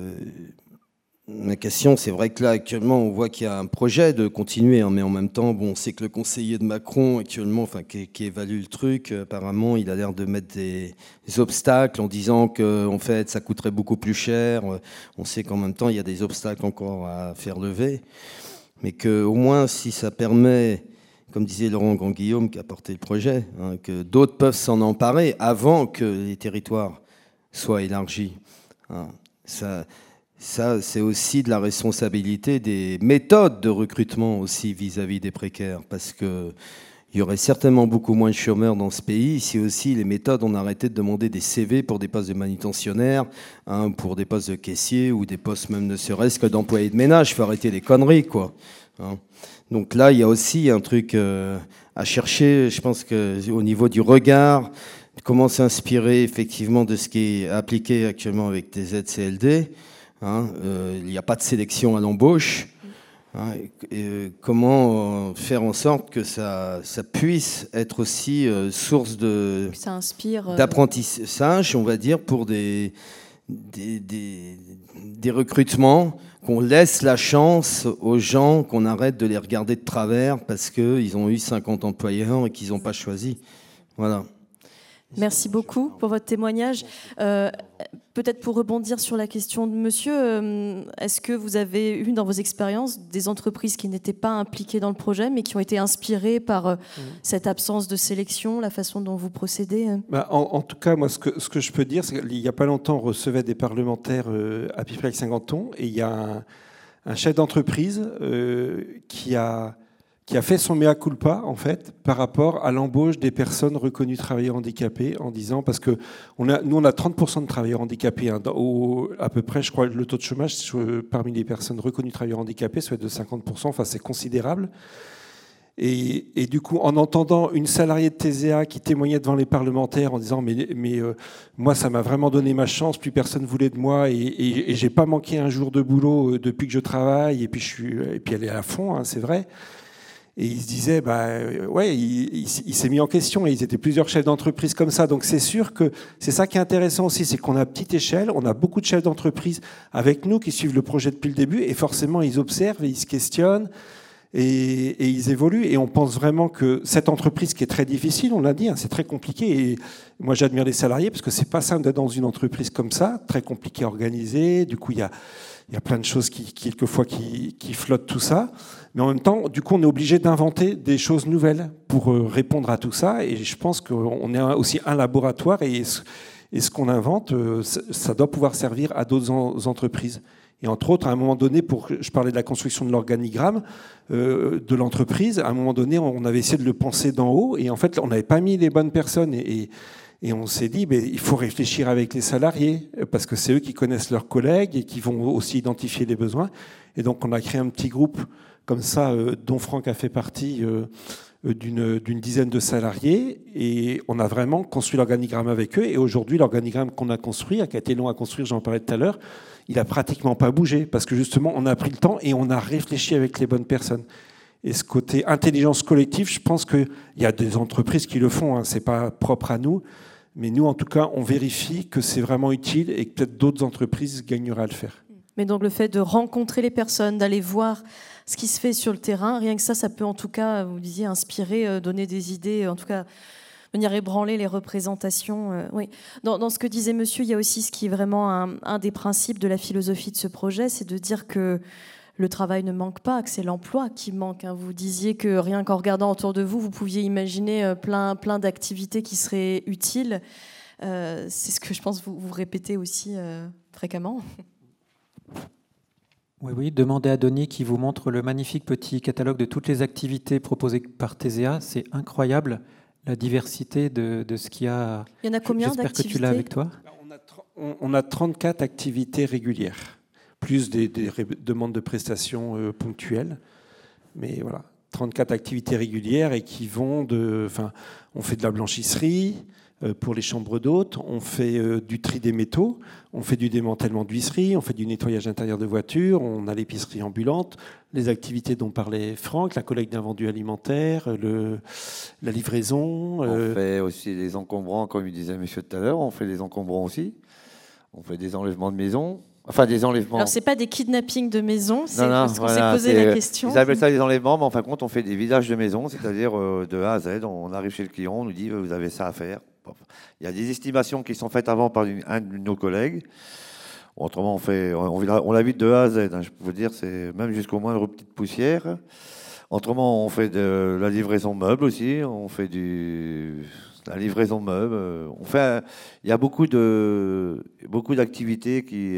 ma question, c'est vrai que là, actuellement, on voit qu'il y a un projet de continuer, mais en même temps, bon, on sait que le conseiller de Macron, actuellement, enfin, qui évalue le truc, apparemment, il a l'air de mettre des obstacles en disant qu'en fait, ça coûterait beaucoup plus cher. On sait qu'en même temps, il y a des obstacles encore à faire lever, mais qu'au moins, si ça permet, comme disait Laurent Grand-Guillaume, qui a porté le projet, que d'autres peuvent s'en emparer avant que les territoires soit élargie. Hein. Ça, c'est aussi de la responsabilité des méthodes de recrutement aussi vis-à-vis des précaires, parce que il y aurait certainement beaucoup moins de chômeurs dans ce pays si aussi les méthodes, on arrêtait de demander des CV pour des postes de manutentionnaires, hein, pour des postes de caissiers ou des postes même ne serait-ce que d'employés de ménage. Il faut arrêter les conneries, quoi. Hein. Donc là, il y a aussi un truc à chercher, je pense qu'au niveau du regard, comment s'inspirer effectivement de ce qui est appliqué actuellement avec des aides CLD. Hein, il n'y a pas de sélection à l'embauche. Hein, comment faire en sorte que ça puisse être aussi source d'apprentissage, on va dire, pour des recrutements, qu'on laisse la chance aux gens, qu'on arrête de les regarder de travers parce qu'ils ont eu 50 employeurs et qu'ils n'ont pas choisi. Voilà. Merci beaucoup pour votre témoignage. Peut-être pour rebondir sur la question de monsieur, est-ce que vous avez eu dans vos expériences des entreprises qui n'étaient pas impliquées dans le projet, mais qui ont été inspirées par cette absence de sélection, la façon dont vous procédez? En tout cas, moi, ce que je peux dire, c'est qu'il n'y a pas longtemps, on recevait des parlementaires à Piffrey-Saint-Ganton, et il y a un chef d'entreprise qui a fait son mea culpa, en fait, par rapport à l'embauche des personnes reconnues travailleurs handicapés, en disant, parce que nous, on a 30% de travailleurs handicapés, hein, à peu près, je crois, le taux de chômage parmi les personnes reconnues travailleurs handicapés, soit de 50%, enfin, c'est considérable. Et du coup, en entendant une salariée de TSEA qui témoignait devant les parlementaires en disant mais moi, ça m'a vraiment donné ma chance, plus personne voulait de moi, et j'ai pas manqué un jour de boulot depuis que je travaille, et puis elle est à fond, hein, c'est vrai. Et il se disait, ouais, il s'est mis en question, et ils étaient plusieurs chefs d'entreprise comme ça. Donc c'est sûr que c'est ça qui est intéressant aussi, c'est qu'on a petite échelle, on a beaucoup de chefs d'entreprise avec nous qui suivent le projet depuis le début, et forcément ils observent, et ils se questionnent, et ils évoluent. Et on pense vraiment que cette entreprise qui est très difficile, on l'a dit, hein, c'est très compliqué. Et moi j'admire les salariés parce que c'est pas simple d'être dans une entreprise comme ça, très compliqué à organiser. Du coup il y a plein de choses quelquefois qui flottent tout ça. Mais en même temps, du coup, on est obligé d'inventer des choses nouvelles pour répondre à tout ça. Et je pense qu'on est aussi un laboratoire, et ce qu'on invente, ça doit pouvoir servir à d'autres entreprises. Et entre autres, à un moment donné, je parlais de la construction de l'organigramme de l'entreprise, à un moment donné, on avait essayé de le penser d'en haut, et en fait, on n'avait pas mis les bonnes personnes. Et on s'est dit, il faut réfléchir avec les salariés, parce que c'est eux qui connaissent leurs collègues et qui vont aussi identifier les besoins. Et donc, on a créé un petit groupe comme ça, dont Franck a fait partie, d'une dizaine de salariés. Et on a vraiment construit l'organigramme avec eux. Et aujourd'hui, l'organigramme qu'on a construit, qui a été long à construire, j'en parlais tout à l'heure, il n'a pratiquement pas bougé, parce que justement, on a pris le temps et on a réfléchi avec les bonnes personnes. Et ce côté intelligence collective, je pense qu'il y a des entreprises qui le font, hein, ce n'est pas propre à nous. Mais nous, en tout cas, on vérifie que c'est vraiment utile, et que peut-être d'autres entreprises gagneraient à le faire. Mais donc le fait de rencontrer les personnes, d'aller voir ce qui se fait sur le terrain, rien que ça peut en tout cas, vous disiez, inspirer, donner des idées, en tout cas venir ébranler les représentations. Oui. Dans ce que disait monsieur, il y a aussi ce qui est vraiment un des principes de la philosophie de ce projet, c'est de dire que le travail ne manque pas, que c'est l'emploi qui manque. Vous disiez que rien qu'en regardant autour de vous, vous pouviez imaginer plein d'activités qui seraient utiles. C'est ce que je pense vous répétez aussi fréquemment. Oui, demandez à Denis qui vous montre le magnifique petit catalogue de toutes les activités proposées par TSEA. C'est incroyable, la diversité de ce qu'il y a. Il y en a combien d'activités ? J'espère que tu l'as avec toi. On a 34 activités régulières, plus des demandes de prestations ponctuelles. Mais voilà, 34 activités régulières, et qui vont on fait de la blanchisserie pour les chambres d'hôtes, on fait du tri des métaux, on fait du démantèlement d'huisserie, on fait du nettoyage intérieur de voitures, on a l'épicerie ambulante, les activités dont parlait Franck, la collecte d'invendus alimentaires, la livraison. On fait aussi des encombrants, comme il disait monsieur tout à l'heure, on fait des encombrants aussi, on fait des enlèvements de maisons. Enfin, des enlèvements. Alors, c'est pas des kidnappings de maisons, c'est parce qu'on s'est posé la question. Ils appellent ça des enlèvements, mais en fin de compte, on fait des vidages de maisons, c'est-à-dire de A à Z. On arrive chez le client, on nous dit vous avez ça à faire. Il y a des estimations qui sont faites avant par un de nos collègues. Autrement, on la vide de A à Z. Je peux vous dire, c'est même jusqu'au moindre petite poussière. Autrement, on fait de la livraison meuble aussi, on fait la livraison meuble. Il y a beaucoup d'activités qui...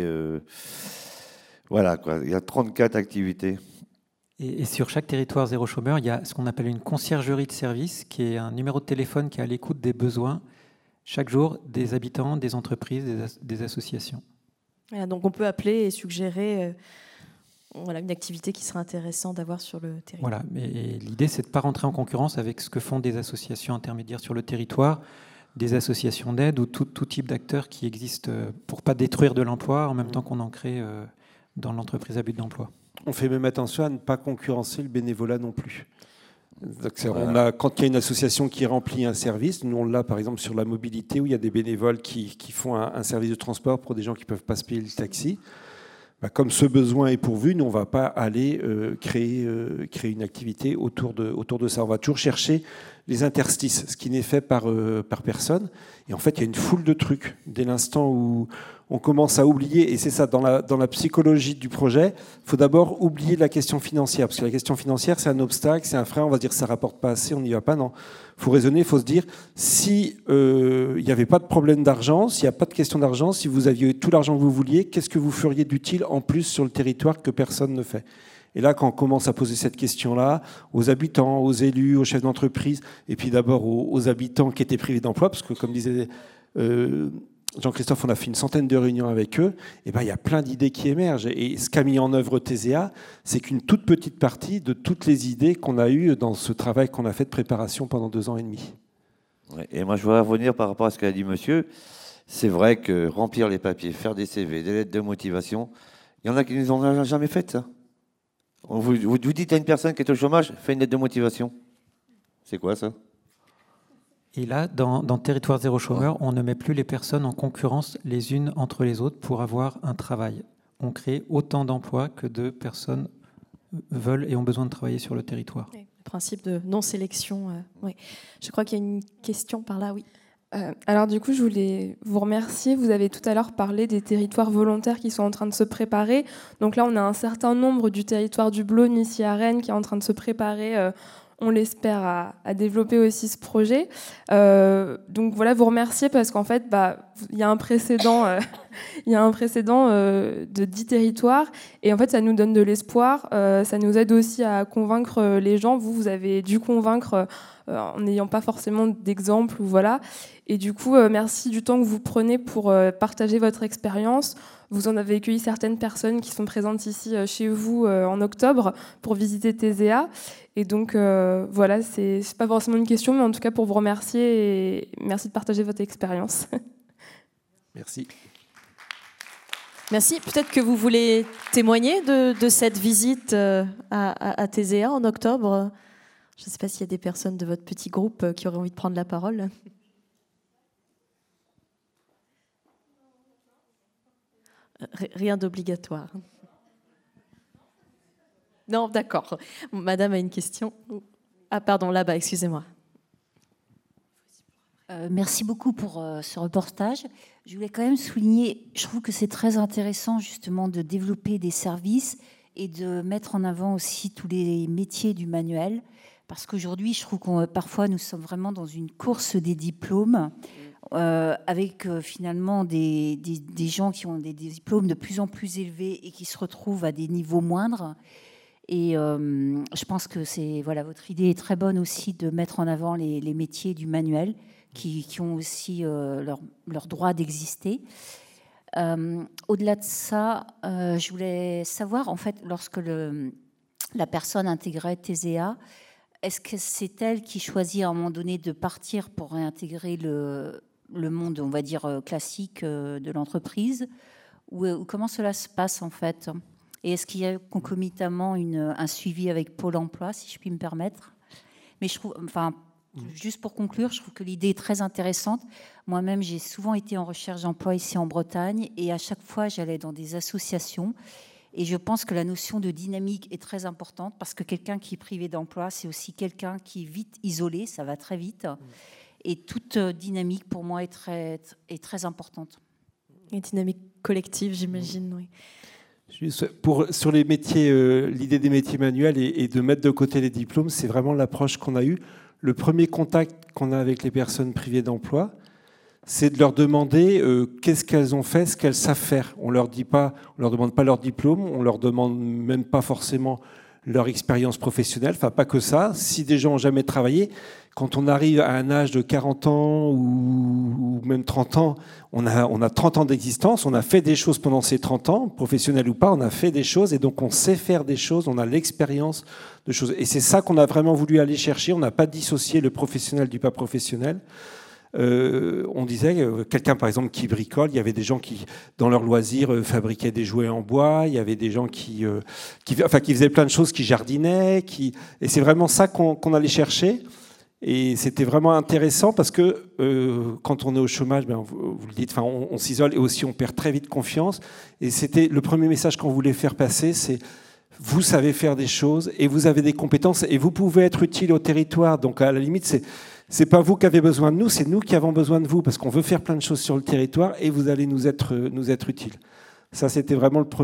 voilà, quoi. Il y a 34 activités. Et sur chaque territoire zéro chômeur, il y a ce qu'on appelle une conciergerie de service, qui est un numéro de téléphone qui est à l'écoute des besoins chaque jour des habitants, des entreprises, des associations. Voilà, donc on peut appeler et suggérer une activité qui serait intéressante d'avoir sur le territoire. Voilà, mais l'idée c'est de ne pas rentrer en concurrence avec ce que font des associations intermédiaires sur le territoire, des associations d'aide ou tout type d'acteurs qui existent pour ne pas détruire de l'emploi en même temps qu'on en crée dans l'entreprise à but d'emploi. On fait même attention à ne pas concurrencer le bénévolat non plus. Donc quand il y a une association qui remplit un service, nous on l'a par exemple sur la mobilité où il y a des bénévoles qui font un service de transport pour des gens qui ne peuvent pas se payer le taxi. Comme ce besoin est pourvu, nous on ne va pas aller créer une activité autour de ça. On va toujours chercher les interstices, ce qui n'est fait par personne. Et en fait, il y a une foule de trucs. Dès l'instant où on commence à oublier, et c'est ça, dans la psychologie du projet, il faut d'abord oublier la question financière. Parce que la question financière, c'est un obstacle, c'est un frein. On va se dire ça ne rapporte pas assez, on n'y va pas. Non. Il faut raisonner, il faut se dire, si il n'y avait pas de problème d'argent, s'il n'y a pas de question d'argent, si vous aviez tout l'argent que vous vouliez, qu'est-ce que vous feriez d'utile en plus sur le territoire que personne ne fait ? Et là, quand on commence à poser cette question-là aux habitants, aux élus, aux chefs d'entreprise, et puis d'abord aux habitants qui étaient privés d'emploi, parce que comme disait Jean-Christophe, on a fait une centaine de réunions avec eux, et il y a plein d'idées qui émergent. Et ce qu'a mis en œuvre TESEA, c'est qu'une toute petite partie de toutes les idées qu'on a eues dans ce travail qu'on a fait de préparation pendant 2 ans et demi. Ouais, et moi, je voudrais revenir par rapport à ce qu'a dit monsieur. C'est vrai que remplir les papiers, faire des CV, des lettres de motivation, il y en a qui ne les ont jamais faites, ça. Vous dites à une personne qui est au chômage, fais une lettre de motivation. C'est quoi ça ? Et là, dans Territoire zéro chômeur, on ne met plus les personnes en concurrence les unes entre les autres pour avoir un travail. On crée autant d'emplois que de personnes veulent et ont besoin de travailler sur le territoire. Oui, le principe de non-sélection. Oui. Je crois qu'il y a une question par là, oui. Alors du coup, je voulais vous remercier. Vous avez tout à l'heure parlé des territoires volontaires qui sont en train de se préparer. Donc là, on a un certain nombre du territoire du Blône ici à Rennes qui est en train de se préparer, on l'espère, à développer aussi ce projet. Donc voilà, vous remercier parce qu'en fait, il y a un précédent, de 10 territoires et en fait, ça nous donne de l'espoir. Ça nous aide aussi à convaincre les gens. Vous avez dû convaincre en n'ayant pas forcément d'exemple, voilà. Et du coup, merci du temps que vous prenez pour partager votre expérience. Vous en avez accueilli certaines personnes qui sont présentes ici chez vous en octobre pour visiter TESEA. Et donc, voilà, c'est pas forcément une question, mais en tout cas pour vous remercier et merci de partager votre expérience. Merci. Merci. Peut-être que vous voulez témoigner de cette visite à TESEA en octobre. Je ne sais pas s'il y a des personnes de votre petit groupe qui auraient envie de prendre la parole. Rien d'obligatoire. Non, d'accord. Madame a une question. Ah, pardon, là-bas, excusez-moi. Merci beaucoup pour ce reportage. Je voulais quand même souligner, je trouve que c'est très intéressant justement de développer des services et de mettre en avant aussi tous les métiers du manuel. Parce qu'aujourd'hui, je trouve qu'on parfois nous sommes vraiment dans une course des diplômes avec finalement des gens qui ont des diplômes de plus en plus élevés et qui se retrouvent à des niveaux moindres. Et je pense que votre idée est très bonne aussi de mettre en avant les métiers du manuel qui ont aussi leur droit d'exister. Au-delà de ça, je voulais savoir, en fait, lorsque la personne intégrait TESEA, est-ce que c'est elle qui choisit à un moment donné de partir pour réintégrer le monde, on va dire, classique de l'entreprise, ou comment cela se passe en fait ? Et est-ce qu'il y a concomitamment un suivi avec Pôle emploi, si je puis me permettre ? Mais je trouve, juste pour conclure, je trouve que l'idée est très intéressante. Moi-même, j'ai souvent été en recherche d'emploi ici en Bretagne, et à chaque fois, j'allais dans des associations. Et je pense que la notion de dynamique est très importante, parce que quelqu'un qui est privé d'emploi, c'est aussi quelqu'un qui est vite isolé, ça va très vite. Et toute dynamique, pour moi, est très importante. Et dynamique collective, j'imagine, oui. Sur les métiers, l'idée des métiers manuels et de mettre de côté les diplômes, c'est vraiment l'approche qu'on a eue. Le premier contact qu'on a avec les personnes privées d'emploi, c'est de leur demander qu'est-ce qu'elles ont fait, ce qu'elles savent faire. On leur demande pas leur diplôme, on leur demande même pas forcément leur expérience professionnelle, enfin pas que ça. Si des gens n'ont jamais travaillé, quand on arrive à un âge de 40 ans ou même 30 ans, on a 30 ans d'existence, on a fait des choses pendant ces 30 ans, professionnelles ou pas, on a fait des choses et donc on sait faire des choses, on a l'expérience de choses. Et c'est ça qu'on a vraiment voulu aller chercher, on n'a pas dissocié le professionnel du pas professionnel. On disait, quelqu'un par exemple qui bricole, il y avait des gens qui, dans leur loisir, fabriquaient des jouets en bois, il y avait des gens qui faisaient plein de choses, qui jardinaient, et c'est vraiment ça qu'on allait chercher. Et c'était vraiment intéressant parce que quand on est au chômage, vous le dites, on s'isole et aussi on perd très vite confiance. Et c'était le premier message qu'on voulait faire passer, c'est vous savez faire des choses et vous avez des compétences et vous pouvez être utile au territoire. Donc à la limite, c'est pas vous qui avez besoin de nous, c'est nous qui avons besoin de vous parce qu'on veut faire plein de choses sur le territoire et vous allez nous être utiles. Ça, c'était vraiment le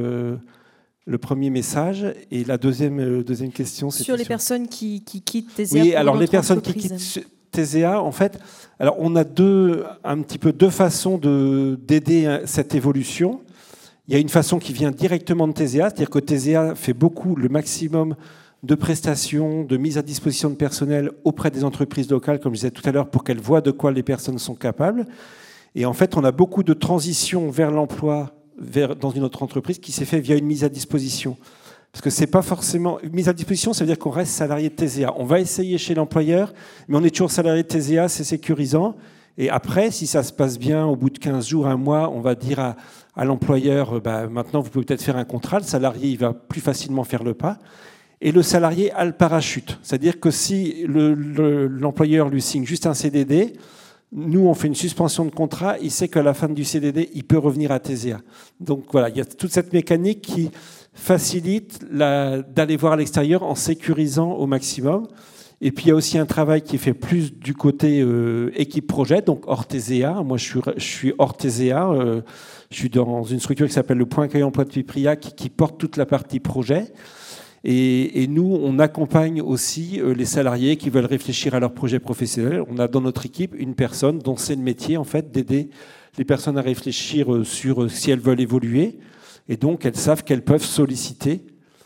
premier message. Et la deuxième question, c'est sur les personnes qui quittent TESEA. Oui, alors les personnes qui quittent TESEA, en fait, alors on a deux façons d'aider cette évolution. Il y a une façon qui vient directement de TESEA, c'est-à-dire que TESEA fait le maximum de prestations, de mise à disposition de personnel auprès des entreprises locales, comme je disais tout à l'heure, pour qu'elles voient de quoi les personnes sont capables. Et en fait, on a beaucoup de transition vers l'emploi dans une autre entreprise qui s'est fait via une mise à disposition. Parce que c'est pas forcément... Mise à disposition, ça veut dire qu'on reste salarié de TESEA. On va essayer chez l'employeur, mais on est toujours salarié de TESEA, c'est sécurisant. Et après, si ça se passe bien, au bout de 15 jours, un mois, on va dire à l'employeur, maintenant, vous pouvez peut-être faire un contrat. Le salarié, il va plus facilement faire le pas. Et le salarié a le parachute. C'est-à-dire que si l'employeur lui signe juste un CDD, nous, on fait une suspension de contrat, il sait qu'à la fin du CDD, il peut revenir à TESEA. Donc voilà, il y a toute cette mécanique qui facilite d'aller voir à l'extérieur en sécurisant au maximum. Et puis il y a aussi un travail qui est fait plus du côté équipe projet, donc hors TESEA. Moi, je suis hors TESEA. Je suis dans une structure qui s'appelle le Point Accueil Emploi de Pipriac, qui porte toute la partie projet. Et nous, on accompagne aussi les salariés qui veulent réfléchir à leur projet professionnel. On a dans notre équipe une personne dont c'est le métier, en fait, d'aider les personnes à réfléchir sur si elles veulent évoluer. Et donc, elles savent qu'elles peuvent solliciter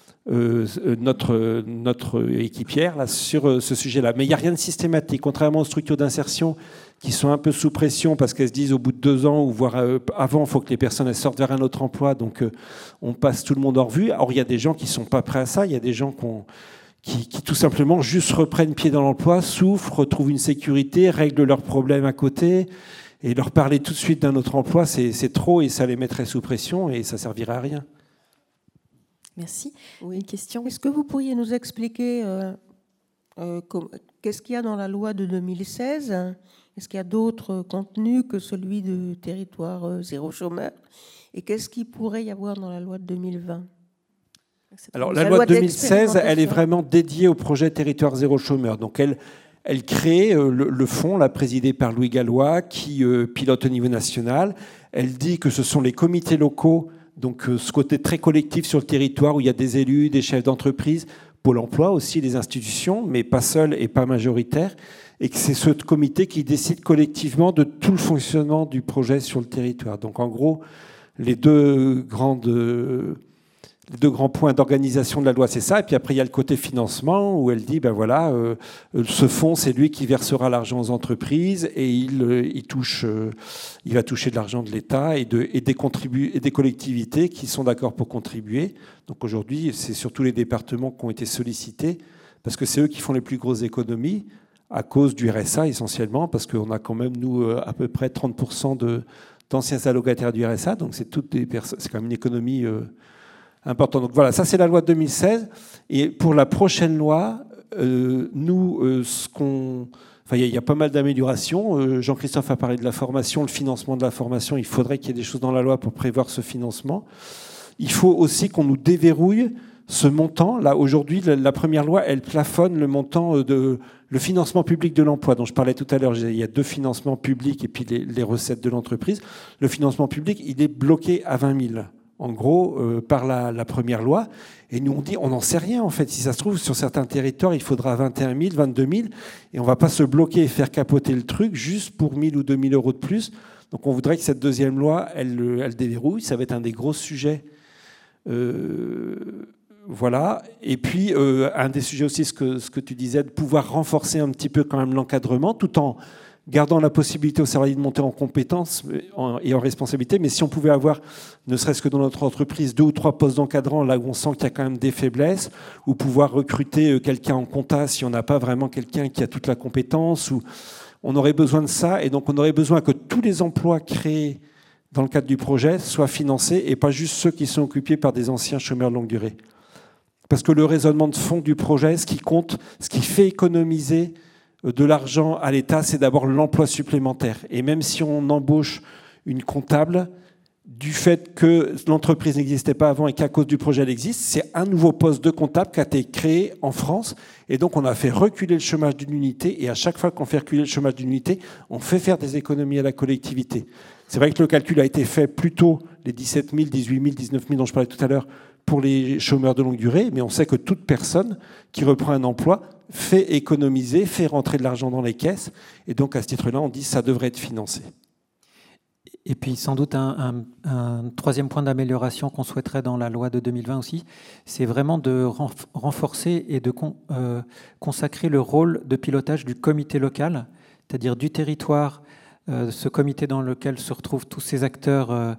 notre équipière là, sur ce sujet-là. Mais il n'y a rien de systématique, contrairement aux structures d'insertion qui sont un peu sous pression parce qu'elles se disent au bout de 2 ans ou voire avant, il faut que les personnes elles sortent vers un autre emploi, donc on passe tout le monde en revue. Alors il y a des gens qui ne sont pas prêts à ça, il y a des gens qui tout simplement juste reprennent pied dans l'emploi, souffrent, retrouvent une sécurité, règlent leurs problèmes à côté, et leur parler tout de suite d'un autre emploi, c'est trop et ça les mettrait sous pression et ça ne servirait à rien. Merci. Oui. Une question ? Est-ce que vous pourriez nous expliquer qu'est-ce qu'il y a dans la loi de 2016 ? Est-ce qu'il y a d'autres contenus que celui de territoire zéro chômeur ? Et qu'est-ce qu'il pourrait y avoir dans la loi de 2020 ? Alors la loi de 2016, elle est vraiment dédiée au projet territoire zéro chômeur. Donc elle crée le fonds, là, présidé par Louis Gallois, qui pilote au niveau national. Elle dit que ce sont les comités locaux. Donc ce côté très collectif sur le territoire où il y a des élus, des chefs d'entreprise, Pôle emploi aussi, les institutions, mais pas seuls et pas majoritaires, et que c'est ce comité qui décide collectivement de tout le fonctionnement du projet sur le territoire. Donc en gros, les deux grands points d'organisation de la loi, c'est ça. Et puis après, il y a le côté financement où elle dit, ce fonds, c'est lui qui versera l'argent aux entreprises et il va toucher de l'argent de l'État et des collectivités qui sont d'accord pour contribuer. Donc aujourd'hui, c'est surtout les départements qui ont été sollicités parce que c'est eux qui font les plus grosses économies à cause du RSA essentiellement, parce qu'on a quand même, nous, à peu près 30% d'anciens allocataires du RSA. Donc c'est toutes des personnes, c'est quand même une économie important. Donc voilà, ça c'est la loi de 2016. Et pour la prochaine loi, il y a pas mal d'améliorations. Jean-Christophe a parlé de la formation, le financement de la formation. Il faudrait qu'il y ait des choses dans la loi pour prévoir ce financement. Il faut aussi qu'on nous déverrouille ce montant. Là, aujourd'hui, la première loi, elle plafonne le montant le financement public de l'emploi dont je parlais tout à l'heure. Il y a 2 financements publics et puis les recettes de l'entreprise. Le financement public, il est bloqué à 20 000. en gros, par la première loi. Et nous, on dit, on n'en sait rien, en fait. Si ça se trouve, sur certains territoires, il faudra 21 000, 22 000, et on ne va pas se bloquer et faire capoter le truc juste pour 1 000 ou 2 000 euros de plus. Donc on voudrait que cette deuxième loi, elle déverrouille. Ça va être un des gros sujets. Voilà. Et puis, un des sujets aussi, ce que tu disais, de pouvoir renforcer un petit peu quand même l'encadrement, tout en gardant la possibilité aux salariés de monter en compétences et en responsabilité. Mais si on pouvait avoir, ne serait-ce que dans notre entreprise, 2 ou 3 postes d'encadrant, là où on sent qu'il y a quand même des faiblesses, ou pouvoir recruter quelqu'un en compta si on n'a pas vraiment quelqu'un qui a toute la compétence, ou on aurait besoin de ça. Et donc, on aurait besoin que tous les emplois créés dans le cadre du projet soient financés et pas juste ceux qui sont occupés par des anciens chômeurs de longue durée. Parce que le raisonnement de fond du projet, ce qui compte, ce qui fait économiser de l'argent à l'État, c'est d'abord l'emploi supplémentaire. Et même si on embauche une comptable, du fait que l'entreprise n'existait pas avant et qu'à cause du projet elle existe, c'est un nouveau poste de comptable qui a été créé en France. Et donc on a fait reculer le chômage d'une unité. Et à chaque fois qu'on fait reculer le chômage d'une unité, on fait faire des économies à la collectivité. C'est vrai que le calcul a été fait plus tôt, les 17 000, 18 000, 19 000 dont je parlais tout à l'heure, pour les chômeurs de longue durée. Mais on sait que toute personne qui reprend un emploi fait économiser, fait rentrer de l'argent dans les caisses. Et donc, à ce titre-là, on dit que ça devrait être financé. Et puis, sans doute, un troisième point d'amélioration qu'on souhaiterait dans la loi de 2020 aussi, c'est vraiment de renforcer et de consacrer le rôle de pilotage du comité local, c'est-à-dire du territoire, ce comité dans lequel se retrouvent tous ces acteurs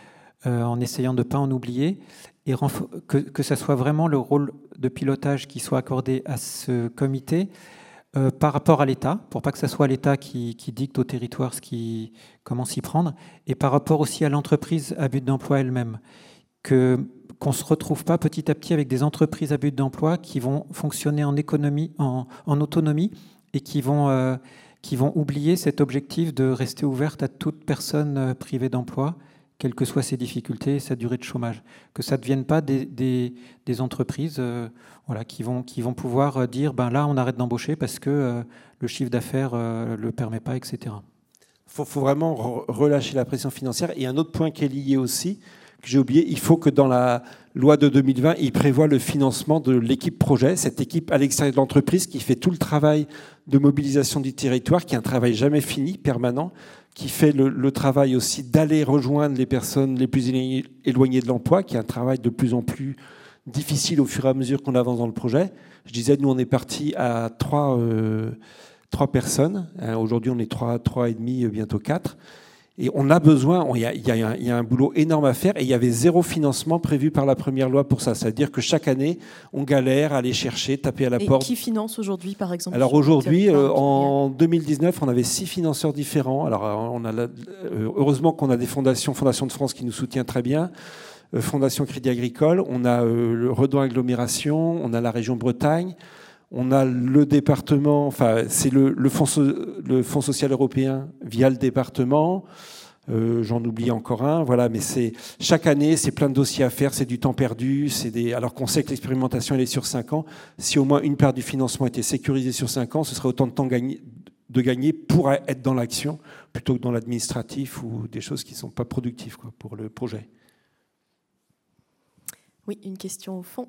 en essayant de ne pas en oublier, et que ça soit vraiment le rôle de pilotage qui soit accordé à ce comité par rapport à l'État, pour pas que ce soit l'État qui dicte au territoire comment s'y prendre, et par rapport aussi à l'entreprise à but d'emploi elle-même, qu'on ne se retrouve pas petit à petit avec des entreprises à but d'emploi qui vont fonctionner en autonomie et qui vont oublier cet objectif de rester ouverte à toute personne privée d'emploi, quelles que soient ses difficultés et sa durée de chômage. Que ça ne devienne pas des entreprises qui vont pouvoir dire là, on arrête d'embaucher parce que le chiffre d'affaires ne le permet pas, etc. Il faut vraiment relâcher la pression financière. Et un autre point qui est lié aussi, que j'ai oublié, il faut que dans la loi de 2020, il prévoit le financement de l'équipe projet, cette équipe à l'extérieur de l'entreprise qui fait tout le travail de mobilisation du territoire, qui est un travail jamais fini, permanent, qui fait le travail aussi d'aller rejoindre les personnes les plus éloignées de l'emploi, qui est un travail de plus en plus difficile au fur et à mesure qu'on avance dans le projet. Je disais, nous, on est parti à 3 personnes. Aujourd'hui, on est 3 et demi, bientôt 4. Et on a besoin, il y a un boulot énorme à faire, et il y avait 0 financement prévu par la première loi pour ça. C'est-à-dire que chaque année, on galère à aller chercher, taper à la porte. Et qui finance aujourd'hui, par exemple? Alors aujourd'hui, en 2019, on avait 6 financeurs différents. Alors heureusement qu'on a des Fondation de France qui nous soutient très bien, Fondation Crédit Agricole, on a le Redon Agglomération, on a la région Bretagne, on a le département, c'est le Fonds social européen via le département. J'en oublie encore un, voilà, mais chaque année, c'est plein de dossiers à faire, c'est du temps perdu, alors qu'on sait que l'expérimentation elle est sur 5 ans. Si au moins une part du financement était sécurisée sur 5 ans, ce serait autant de temps de gagner pour être dans l'action plutôt que dans l'administratif ou des choses qui ne sont pas productives pour le projet. Oui, une question au fond.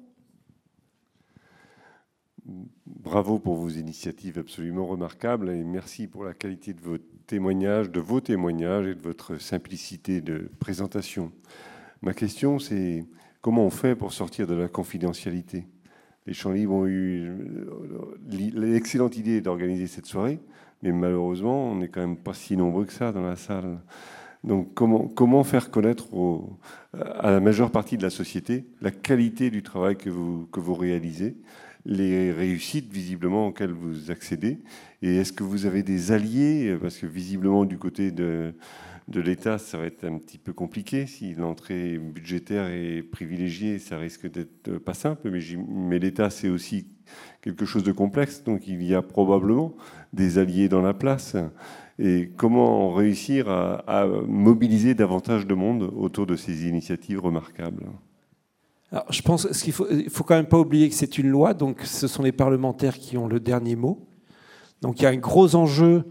Bravo pour vos initiatives absolument remarquables et merci pour la qualité de vos témoignages et de votre simplicité de présentation. Ma question, c'est comment on fait pour sortir de la confidentialité? Les Champs Libres ont eu l'excellente idée d'organiser cette soirée, mais malheureusement, on n'est quand même pas si nombreux que ça dans la salle. Donc comment faire connaître à la majeure partie de la société la qualité du travail que vous réalisez, les réussites visiblement auxquelles vous accédez, et est-ce que vous avez des alliés? Parce que visiblement du côté de l'État, ça va être un petit peu compliqué. Si l'entrée budgétaire est privilégiée, ça risque d'être pas simple, mais l'État, c'est aussi quelque chose de complexe, donc il y a probablement des alliés dans la place. Et comment réussir à mobiliser davantage de monde autour de ces initiatives remarquables? Alors, je pense qu'il faut quand même pas oublier que c'est une loi, donc ce sont les parlementaires qui ont le dernier mot. Donc il y a un gros enjeu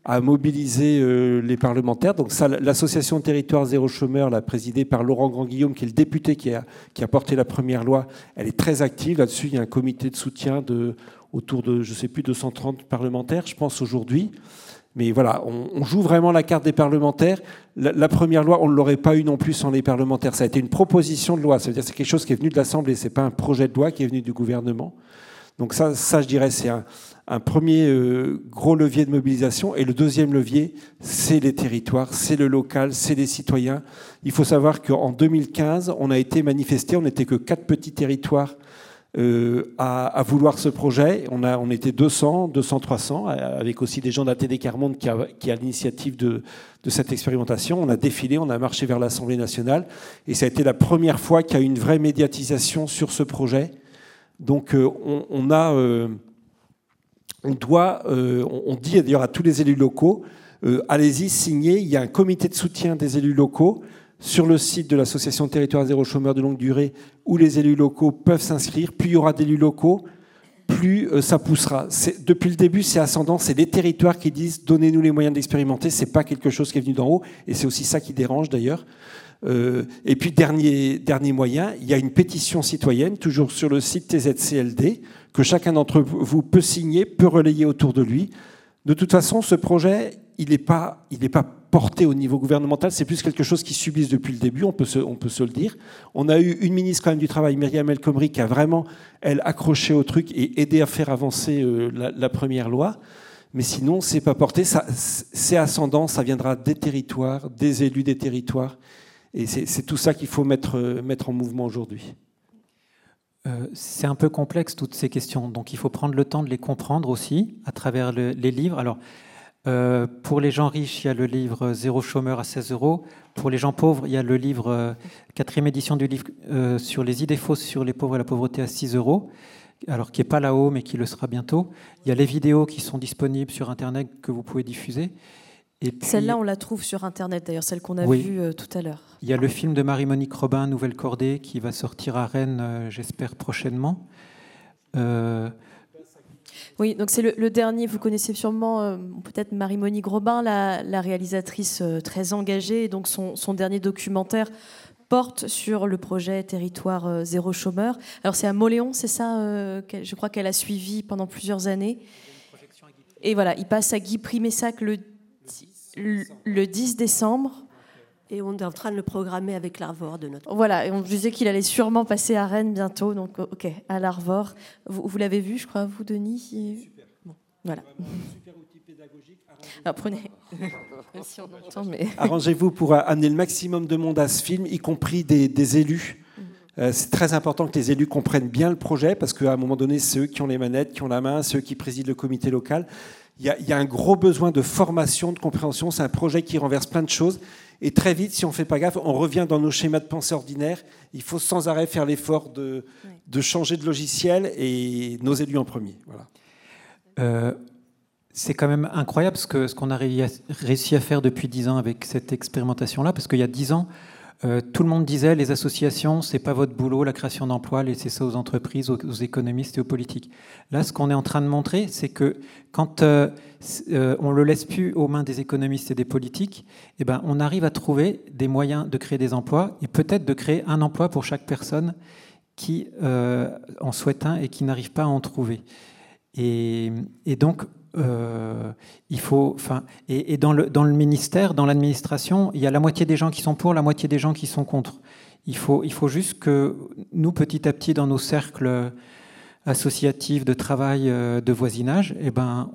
à mobiliser les parlementaires. Donc ça, l'association Territoire Zéro Chômeur, là, présidée par Laurent Grand-Guillaume, qui est le député qui a porté la première loi, elle est très active là-dessus. Il y a un comité de soutien autour de, je ne sais plus, 230 parlementaires, je pense, aujourd'hui. Mais voilà, on joue vraiment la carte des parlementaires. La première loi, on ne l'aurait pas eu non plus sans les parlementaires. Ça a été une proposition de loi. Ça veut dire que c'est quelque chose qui est venu de l'Assemblée. Ce n'est pas un projet de loi qui est venu du gouvernement. Donc ça je dirais, c'est un premier gros levier de mobilisation. Et le deuxième levier, c'est les territoires, c'est le local, c'est les citoyens. Il faut savoir qu'en 2015, on a été manifesté, on n'était que 4 petits territoires à vouloir ce projet. On était 200, 300, avec aussi des gens d'ATD Carmonde qui a l'initiative de cette expérimentation. On a défilé, on a marché vers l'Assemblée nationale. Et ça a été la première fois qu'il y a eu une vraie médiatisation sur ce projet. Donc on dit d'ailleurs à tous les élus locaux, allez-y, signez, il y a un comité de soutien des élus locaux sur le site de l'association Territoire Zéro Chômeur de longue durée où les élus locaux peuvent s'inscrire. Plus il y aura d'élus locaux, plus ça poussera. Depuis le début, c'est ascendant, c'est les territoires qui disent donnez-nous les moyens d'expérimenter, c'est pas quelque chose qui est venu d'en haut, et c'est aussi ça qui dérange d'ailleurs. Et puis, dernier moyen, il y a une pétition citoyenne, toujours sur le site TZCLD, que chacun d'entre vous peut signer, peut relayer autour de lui. De toute façon, ce projet, il n'est pas porté au niveau gouvernemental, c'est plus quelque chose qui subsiste depuis le début, on peut se le dire. On a eu une ministre quand même du Travail, Myriam El Khomri, qui a vraiment, elle, accroché au truc et aidé à faire avancer la première loi. Mais sinon, c'est pas porté, c'est ascendant, ça viendra des territoires, des élus des territoires. Et c'est tout ça qu'il faut mettre en mouvement aujourd'hui. C'est un peu complexe, toutes ces questions. Donc, il faut prendre le temps de les comprendre aussi à travers les livres. Alors, pour les gens riches, il y a le livre Zéro chômeur à 16 €. Pour les gens pauvres, il y a le livre, 4e édition du livre sur les idées fausses sur les pauvres et la pauvreté à 6 €. Alors, qui n'est pas là-haut, mais qui le sera bientôt. Il y a les vidéos qui sont disponibles sur Internet que vous pouvez diffuser. Celle-là, on la trouve sur Internet, d'ailleurs, celle qu'on a vue tout à l'heure. Il y a le film de Marie-Monique Robin, Nouvelle Cordée, qui va sortir à Rennes, j'espère, prochainement. Oui, donc c'est le dernier. Vous connaissez sûrement peut-être Marie-Monique Robin, la réalisatrice très engagée. Donc son dernier documentaire porte sur le projet Territoire Zéro Chômeur. Alors c'est à Mauléon, c'est ça je crois qu'elle a suivi pendant plusieurs années. Et voilà, il passe à Guy Primessac le 10 décembre. Et on est en train de le programmer avec l'Arvor de notre... Voilà, et on disait qu'il allait sûrement passer à Rennes bientôt, donc ok, à l'Arvor. Vous l'avez vu, je crois, vous, Denis? Super. Bon, voilà. Super outil pédagogique. Alors prenez... si on entend, mais... Arrangez-vous pour amener le maximum de monde à ce film, y compris des élus. C'est très important que les élus comprennent bien le projet, parce qu'à un moment donné, c'est eux qui ont les manettes, qui ont la main, c'est eux qui président le comité local. Il y a un gros besoin de formation, de compréhension. C'est un projet qui renverse plein de choses. Et très vite, si on ne fait pas gaffe, on revient dans nos schémas de pensée ordinaires. Il faut sans arrêt faire l'effort de changer de logiciel, et nos élus en premier. Voilà. C'est quand même incroyable ce qu'on a réussi à faire depuis 10 ans avec cette expérimentation-là, parce qu'il y a 10 ans, tout le monde disait les associations, c'est pas votre boulot, la création d'emplois, laissez ça aux entreprises, aux économistes et aux politiques. Là, ce qu'on est en train de montrer, c'est que quand on le laisse plus aux mains des économistes et des politiques, eh ben, on arrive à trouver des moyens de créer des emplois et peut-être de créer un emploi pour chaque personne qui en souhaite un et qui n'arrive pas à en trouver. Et donc, il faut, et dans le ministère, dans l'administration, il y a la moitié des gens qui sont pour, la moitié des gens qui sont contre. Il faut juste que nous, petit à petit, dans nos cercles associatifs de travail, de voisinage, eh ben,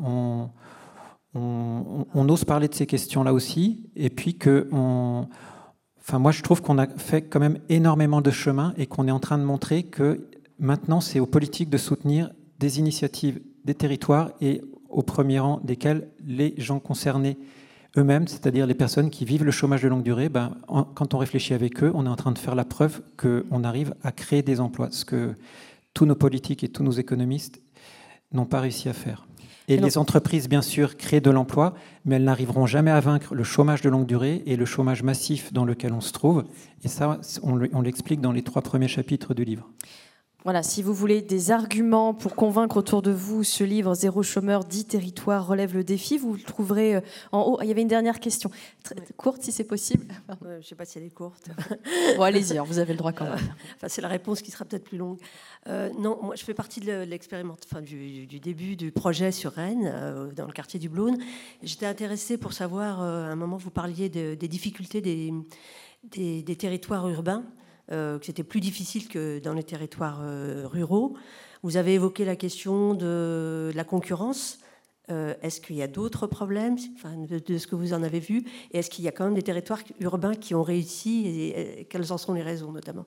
on ose parler de ces questions-là aussi, et puis moi, je trouve qu'on a fait quand même énormément de chemin et qu'on est en train de montrer que maintenant, c'est aux politiques de soutenir des initiatives des territoires et au premier rang desquels les gens concernés eux-mêmes, c'est-à-dire les personnes qui vivent le chômage de longue durée. Quand on réfléchit avec eux, on est en train de faire la preuve qu'on arrive à créer des emplois, ce que tous nos politiques et tous nos économistes n'ont pas réussi à faire. Et les entreprises, bien sûr, créent de l'emploi, mais elles n'arriveront jamais à vaincre le chômage de longue durée et le chômage massif dans lequel on se trouve. Et ça, on l'explique dans les 3 premiers chapitres du livre. Voilà, si vous voulez des arguments pour convaincre autour de vous, ce livre « Zéro chômeur, 10 territoires relève le défi », vous le trouverez en haut. Il y avait une dernière question, très courte si c'est possible. Je ne sais pas si elle est courte. Bon, allez-y, vous avez le droit quand même. C'est la réponse qui sera peut-être plus longue. Non, moi je fais partie de du début du projet sur Rennes, dans le quartier du Blône. J'étais intéressée pour savoir, à un moment vous parliez des difficultés des territoires urbains, que c'était plus difficile que dans les territoires ruraux. Vous avez évoqué la question de la concurrence. Est-ce qu'il y a d'autres problèmes, de ce que vous en avez vu? Et est-ce qu'il y a quand même des territoires urbains qui ont réussi et quelles en sont les raisons notamment?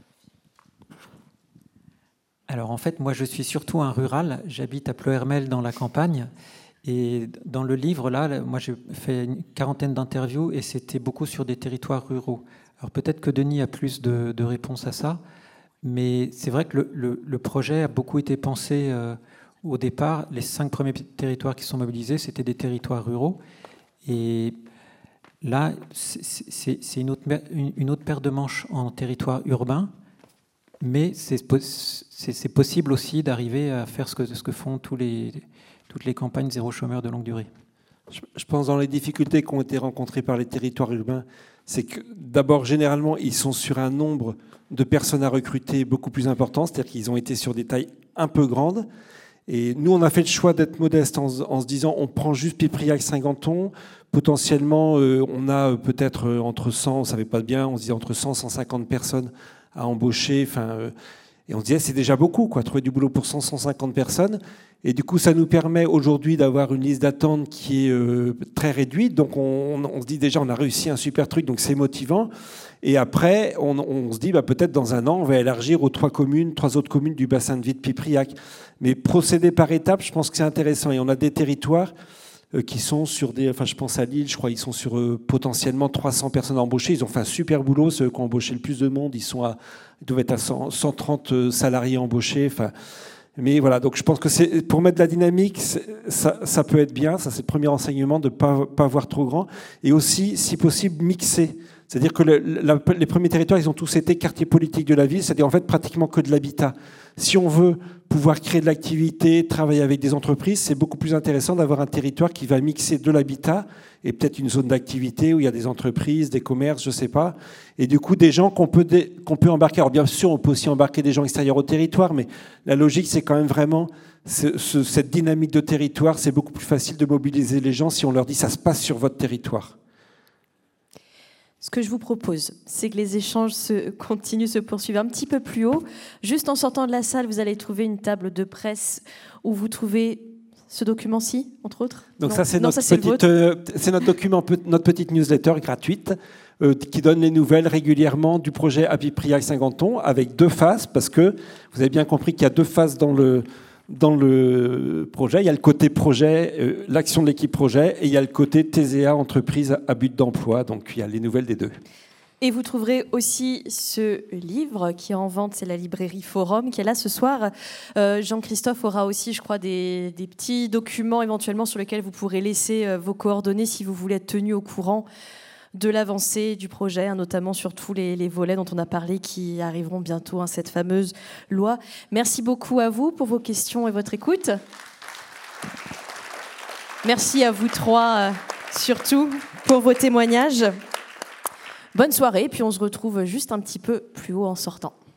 Alors en fait, moi je suis surtout un rural. J'habite à Ploërmel dans la campagne. Et dans le livre, là, moi j'ai fait une quarantaine d'interviews et c'était beaucoup sur des territoires ruraux. Alors peut-être que Denis a plus de réponses à ça, mais c'est vrai que le projet a beaucoup été pensé au départ. Les 5 premiers territoires qui sont mobilisés, c'était des territoires ruraux. Et là, c'est une autre paire de manches en territoire urbain, mais c'est possible aussi d'arriver à faire ce que font toutes les campagnes zéro chômeur de longue durée. Je pense dans les difficultés qui ont été rencontrées par les territoires urbains, c'est que d'abord, généralement, ils sont sur un nombre de personnes à recruter beaucoup plus important, c'est-à-dire qu'ils ont été sur des tailles un peu grandes. Et nous, on a fait le choix d'être modeste en se disant, on prend juste Pipriac-Saint-Ganton. Potentiellement, on a peut-être entre 100, on ne savait pas bien, on se disait entre 100 et 150 personnes à embaucher. Et on se disait, c'est déjà beaucoup, trouver du boulot pour 150 personnes. Et du coup, ça nous permet aujourd'hui d'avoir une liste d'attente qui est très réduite. Donc, on se dit déjà, on a réussi un super truc, donc c'est motivant. Et après, on se dit, peut-être dans un an, on va élargir aux 3 autres communes du bassin de vie de Pipriac. Mais procéder par étapes, je pense que c'est intéressant. Et on a des territoires qui sont sur je pense à Lille, je crois, ils sont sur potentiellement 300 personnes embauchées. Ils ont fait un super boulot, ceux qui ont embauché le plus de monde. Ils doivent être à 130 salariés embauchés. Mais voilà, donc je pense que pour mettre de la dynamique, ça peut être bien. Ça, c'est le premier enseignement, de ne pas voir trop grand. Et aussi, si possible, mixer. C'est-à-dire que les premiers territoires, ils ont tous été quartiers politiques de la ville, c'est-à-dire en fait pratiquement que de l'habitat. Si on veut pouvoir créer de l'activité, travailler avec des entreprises, c'est beaucoup plus intéressant d'avoir un territoire qui va mixer de l'habitat et peut-être une zone d'activité où il y a des entreprises, des commerces, je ne sais pas. Et du coup, des gens qu'on peut embarquer. Alors bien sûr, on peut aussi embarquer des gens extérieurs au territoire, mais la logique, c'est quand même vraiment cette dynamique de territoire. C'est beaucoup plus facile de mobiliser les gens si on leur dit ça se passe sur votre territoire. Ce que je vous propose, c'est que les échanges continuent, se poursuivent un petit peu plus haut. Juste en sortant de la salle, vous allez trouver une table de presse où vous trouvez ce document-ci, entre autres. Donc ça, c'est notre document, notre petite newsletter gratuite qui donne les nouvelles régulièrement du projet à Pipriac-Saint-Ganton avec 2 phases, parce que vous avez bien compris qu'il y a 2 phases dans le projet. Il y a le côté projet, l'action de l'équipe projet, et il y a le côté TSA, entreprise à but d'emploi. Donc il y a les nouvelles des 2. Et vous trouverez aussi ce livre qui est en vente, c'est la librairie Forum qui est là ce soir. Jean-Christophe aura aussi, je crois, des petits documents éventuellement sur lesquels vous pourrez laisser vos coordonnées si vous voulez être tenu au courant de l'avancée du projet, notamment sur tous les volets dont on a parlé qui arriveront bientôt, cette fameuse loi. Merci beaucoup à vous pour vos questions et votre écoute. Merci à vous 3 surtout pour vos témoignages. Bonne soirée, puis on se retrouve juste un petit peu plus haut en sortant.